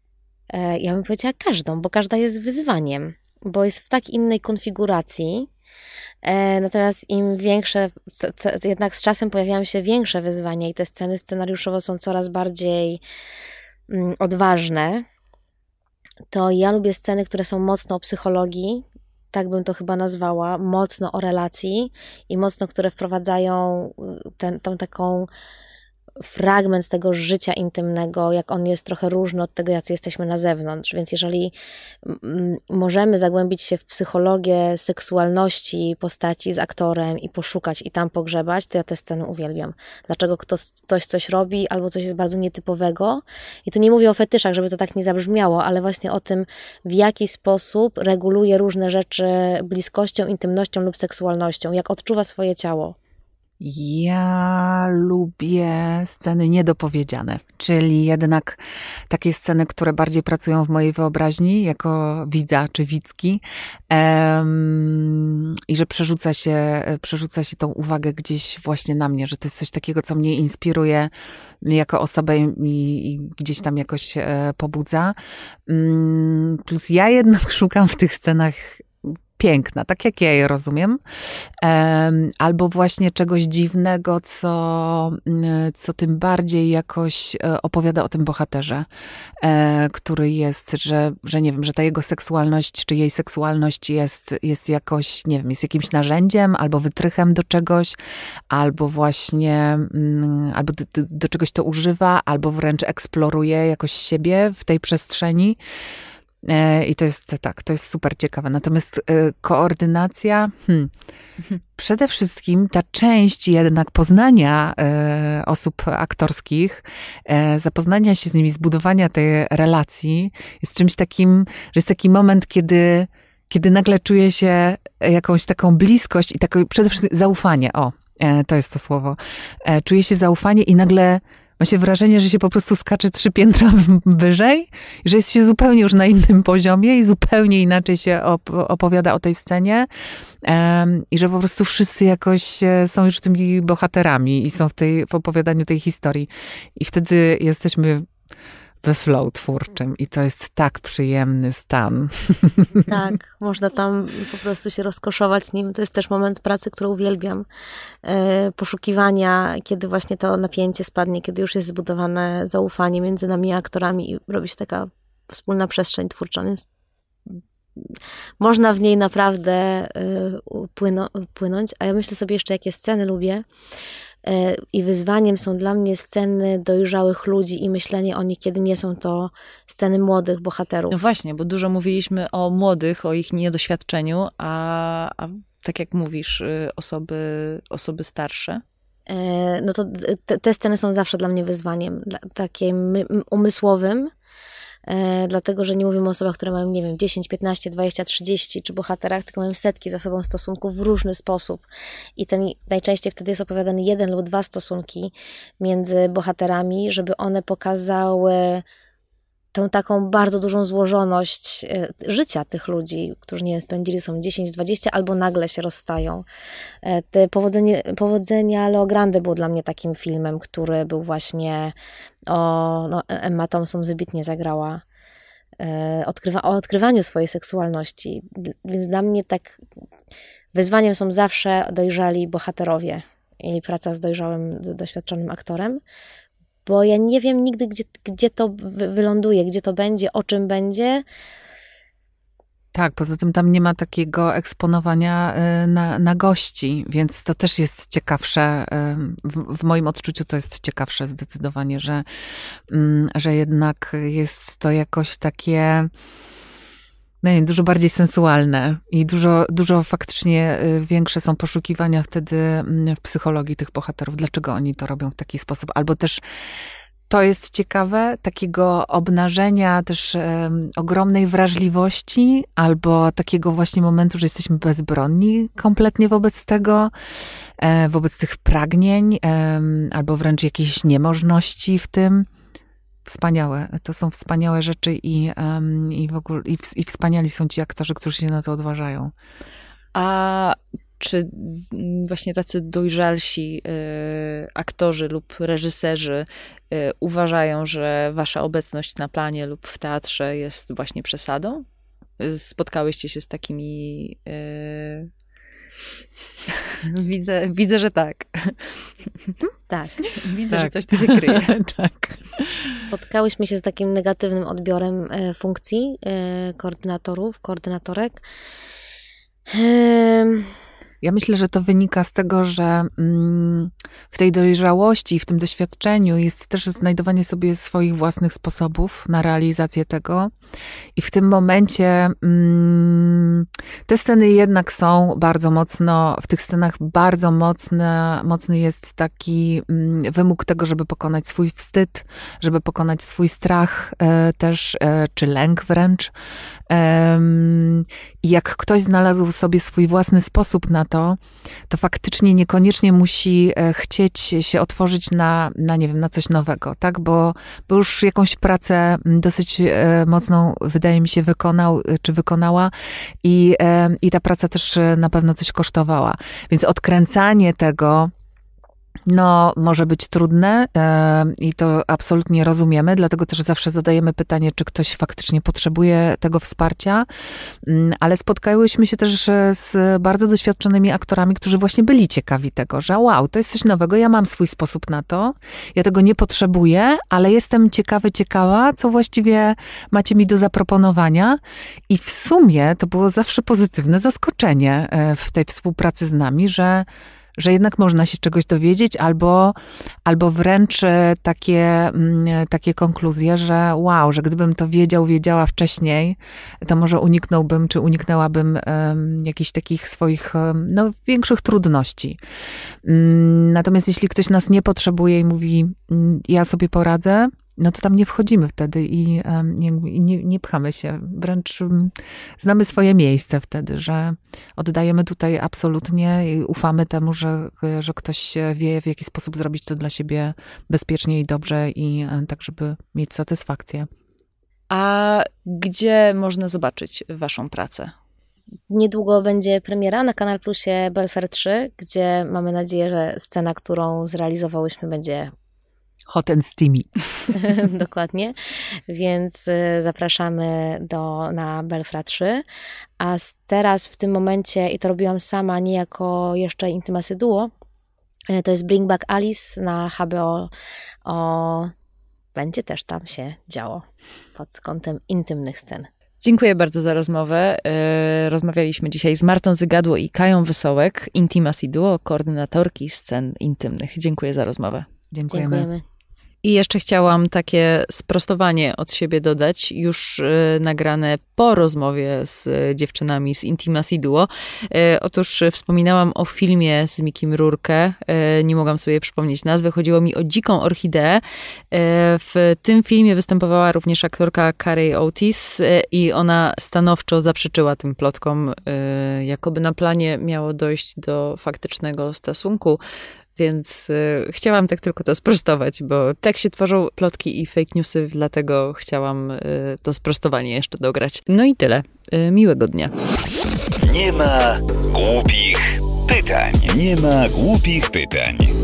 Ja bym powiedziała każdą, bo każda jest wyzwaniem, bo jest w tak innej konfiguracji, Natomiast im większe, jednak z czasem pojawiają się większe wyzwania i te sceny scenariuszowo są coraz bardziej odważne, to ja lubię sceny, które są mocno o psychologii, tak bym to chyba nazwała, mocno o relacji i mocno, które wprowadzają ten, tą taką fragment tego życia intymnego, jak on jest trochę różny od tego, jacy jesteśmy na zewnątrz. Więc jeżeli m- możemy zagłębić się w psychologię seksualności postaci z aktorem i poszukać i tam pogrzebać, to ja te sceny uwielbiam. Dlaczego ktoś, ktoś coś robi albo coś jest bardzo nietypowego. I tu nie mówię o fetyszach, żeby to tak nie zabrzmiało, ale właśnie o tym, w jaki sposób reguluje różne rzeczy bliskością, intymnością lub seksualnością, jak odczuwa swoje ciało. Ja lubię sceny niedopowiedziane, czyli jednak takie sceny, które bardziej pracują w mojej wyobraźni jako widza czy widzki um, i że przerzuca się, przerzuca się tą uwagę gdzieś właśnie na mnie, że to jest coś takiego, co mnie inspiruje jako osobę i, i gdzieś tam jakoś e, pobudza. Um, plus ja jednak szukam w tych scenach piękna, tak jak ja je rozumiem, albo właśnie czegoś dziwnego, co, co tym bardziej jakoś opowiada o tym bohaterze, który jest, że, że nie wiem, że ta jego seksualność, czy jej seksualność jest, jest jakoś, nie wiem, jest jakimś narzędziem, albo wytrychem do czegoś, albo właśnie, albo do, do, do czegoś to używa, albo wręcz eksploruje jakoś siebie w tej przestrzeni. I to jest tak, to jest super ciekawe. Natomiast y, koordynacja, hmm, przede wszystkim ta część jednak poznania y, osób aktorskich, y, zapoznania się z nimi, zbudowania tej relacji jest czymś takim, że jest taki moment, kiedy, kiedy nagle czuje się jakąś taką bliskość i takie przede wszystkim zaufanie. O, y, to jest to słowo. Y, czuje się zaufanie i nagle ma się wrażenie, że się po prostu skacze trzy piętra wyżej, że jest się zupełnie już na innym poziomie i zupełnie inaczej się op- opowiada o tej scenie um, i że po prostu wszyscy jakoś są już tymi bohaterami i są w, tej, w opowiadaniu tej historii. I wtedy jesteśmy we flow twórczym i to jest tak przyjemny stan. Tak, można tam po prostu się rozkoszować nim. To jest też moment pracy, który uwielbiam. E, poszukiwania, kiedy właśnie to napięcie spadnie, kiedy już jest zbudowane zaufanie między nami a aktorami i robi się taka wspólna przestrzeń twórcza. Więc można w niej naprawdę y, płyno, płynąć. A ja myślę sobie jeszcze, jakie sceny lubię. I wyzwaniem są dla mnie sceny dojrzałych ludzi i myślenie o nich, kiedy nie są to sceny młodych bohaterów. No właśnie, bo dużo mówiliśmy o młodych, o ich niedoświadczeniu, a, a tak jak mówisz, osoby, osoby starsze. No to te, te sceny są zawsze dla mnie wyzwaniem, takim umysłowym, E, dlatego, że nie mówimy o osobach, które mają, nie wiem, dziesięć, piętnaście, dwadzieścia, trzydzieści, czy bohaterach, tylko mają setki za sobą stosunków w różny sposób. I ten, najczęściej wtedy jest opowiadany jeden lub dwa stosunki między bohaterami, żeby one pokazały tą taką bardzo dużą złożoność życia tych ludzi, którzy, nie wiem, spędzili są dziesięć, dwadzieścia, albo nagle się rozstają. Te powodzenie, Powodzenia Leo Grande był dla mnie takim filmem, który był właśnie o, no, Emma Thompson wybitnie zagrała odkrywa, o odkrywaniu swojej seksualności. Więc dla mnie tak wyzwaniem są zawsze dojrzali bohaterowie i praca z dojrzałym, doświadczonym aktorem, bo ja nie wiem nigdy, gdzie, gdzie to wyląduje, gdzie to będzie, o czym będzie. Tak, poza tym tam nie ma takiego eksponowania na, na gości, więc to też jest ciekawsze. W, w moim odczuciu to jest ciekawsze zdecydowanie, że, że jednak jest to jakoś takie no nie, dużo bardziej sensualne i dużo, dużo faktycznie większe są poszukiwania wtedy w psychologii tych bohaterów. Dlaczego oni to robią w taki sposób? Albo też to jest ciekawe, takiego obnażenia też um, ogromnej wrażliwości, albo takiego właśnie momentu, że jesteśmy bezbronni kompletnie wobec tego, e, wobec tych pragnień, e, albo wręcz jakiejś niemożności w tym. Wspaniałe. To są wspaniałe rzeczy i, um, i w ogóle i, i wspaniali są ci aktorzy, którzy się na to odważają. A czy właśnie tacy dojrzalsi y, aktorzy lub reżyserzy y, uważają, że wasza obecność na planie lub w teatrze jest właśnie przesadą? Spotkałyście się z takimi y, Widzę, widzę, że tak. Tak. Widzę, Tak. że coś tu się kryje. Tak. Spotkałyśmy się z takim negatywnym odbiorem e, funkcji e, koordynatorów, koordynatorek. E, Ja myślę, że to wynika z tego, że mm, w tej dojrzałości, w tym doświadczeniu jest też znajdowanie sobie swoich własnych sposobów na realizację tego. I w tym momencie mm, te sceny jednak są bardzo mocno, w tych scenach bardzo mocne, mocny jest taki mm, wymóg tego, żeby pokonać swój wstyd, żeby pokonać swój strach e, też, e, czy lęk wręcz. Um, I jak ktoś znalazł sobie swój własny sposób na to, to faktycznie niekoniecznie musi e, chcieć się otworzyć na, na, nie wiem, na coś nowego, tak? Bo, bo już jakąś pracę dosyć e, mocną, wydaje mi się, wykonał, czy wykonała i, e, i ta praca też na pewno coś kosztowała. Więc odkręcanie tego no, może być trudne e, i to absolutnie rozumiemy, dlatego też zawsze zadajemy pytanie, czy ktoś faktycznie potrzebuje tego wsparcia, mm, ale spotkałyśmy się też z bardzo doświadczonymi aktorami, którzy właśnie byli ciekawi tego, że wow, to jest coś nowego, ja mam swój sposób na to, ja tego nie potrzebuję, ale jestem ciekawy, ciekawa, co właściwie macie mi do zaproponowania i w sumie to było zawsze pozytywne zaskoczenie e, w tej współpracy z nami, że że jednak można się czegoś dowiedzieć, albo, albo wręcz takie, takie konkluzje, że wow, że gdybym to wiedział, wiedziała wcześniej, to może uniknąłbym, czy uniknęłabym um, jakichś takich swoich, um, no, większych trudności. Um, natomiast jeśli ktoś nas nie potrzebuje i mówi, um, ja sobie poradzę, no to tam nie wchodzimy wtedy i, um, i nie, nie pchamy się. Wręcz um, znamy swoje miejsce wtedy, że oddajemy tutaj absolutnie i ufamy temu, że, że ktoś wie, w jaki sposób zrobić to dla siebie bezpiecznie i dobrze i um, tak, żeby mieć satysfakcję. A gdzie można zobaczyć waszą pracę? Niedługo będzie premiera na Kanal Plusie Belfair trzy, gdzie mamy nadzieję, że scena, którą zrealizowałyśmy, będzie Hot and steamy. dokładnie, więc zapraszamy do, na Belfra trzy, a teraz w tym momencie, i to robiłam sama, nie jako jeszcze Intimacy Duo, to jest Bring Back Alice na H B O. O, będzie też tam się działo pod kątem intymnych scen. Dziękuję bardzo za rozmowę. Rozmawialiśmy dzisiaj z Martą Zygadło i Kają Wesołek, Intimacy Duo, koordynatorki scen intymnych. Dziękuję za rozmowę. Dziękujemy. Dziękujemy. I jeszcze chciałam takie sprostowanie od siebie dodać, już y, nagrane po rozmowie z y, dziewczynami z Intimacy Duo. Y, otóż y, wspominałam o filmie z Mikim Rourke, y, nie mogłam sobie przypomnieć nazwy, chodziło mi o Dziką orchideę. Y, w tym filmie występowała również aktorka Carey Otis y, i ona stanowczo zaprzeczyła tym plotkom, y, jakoby na planie miało dojść do faktycznego stosunku. Więc y, chciałam tak tylko to sprostować, bo tak się tworzą plotki i fake newsy, dlatego chciałam y, to sprostowanie jeszcze dograć. No i tyle. Y, miłego dnia. Nie ma głupich pytań. Nie ma głupich pytań.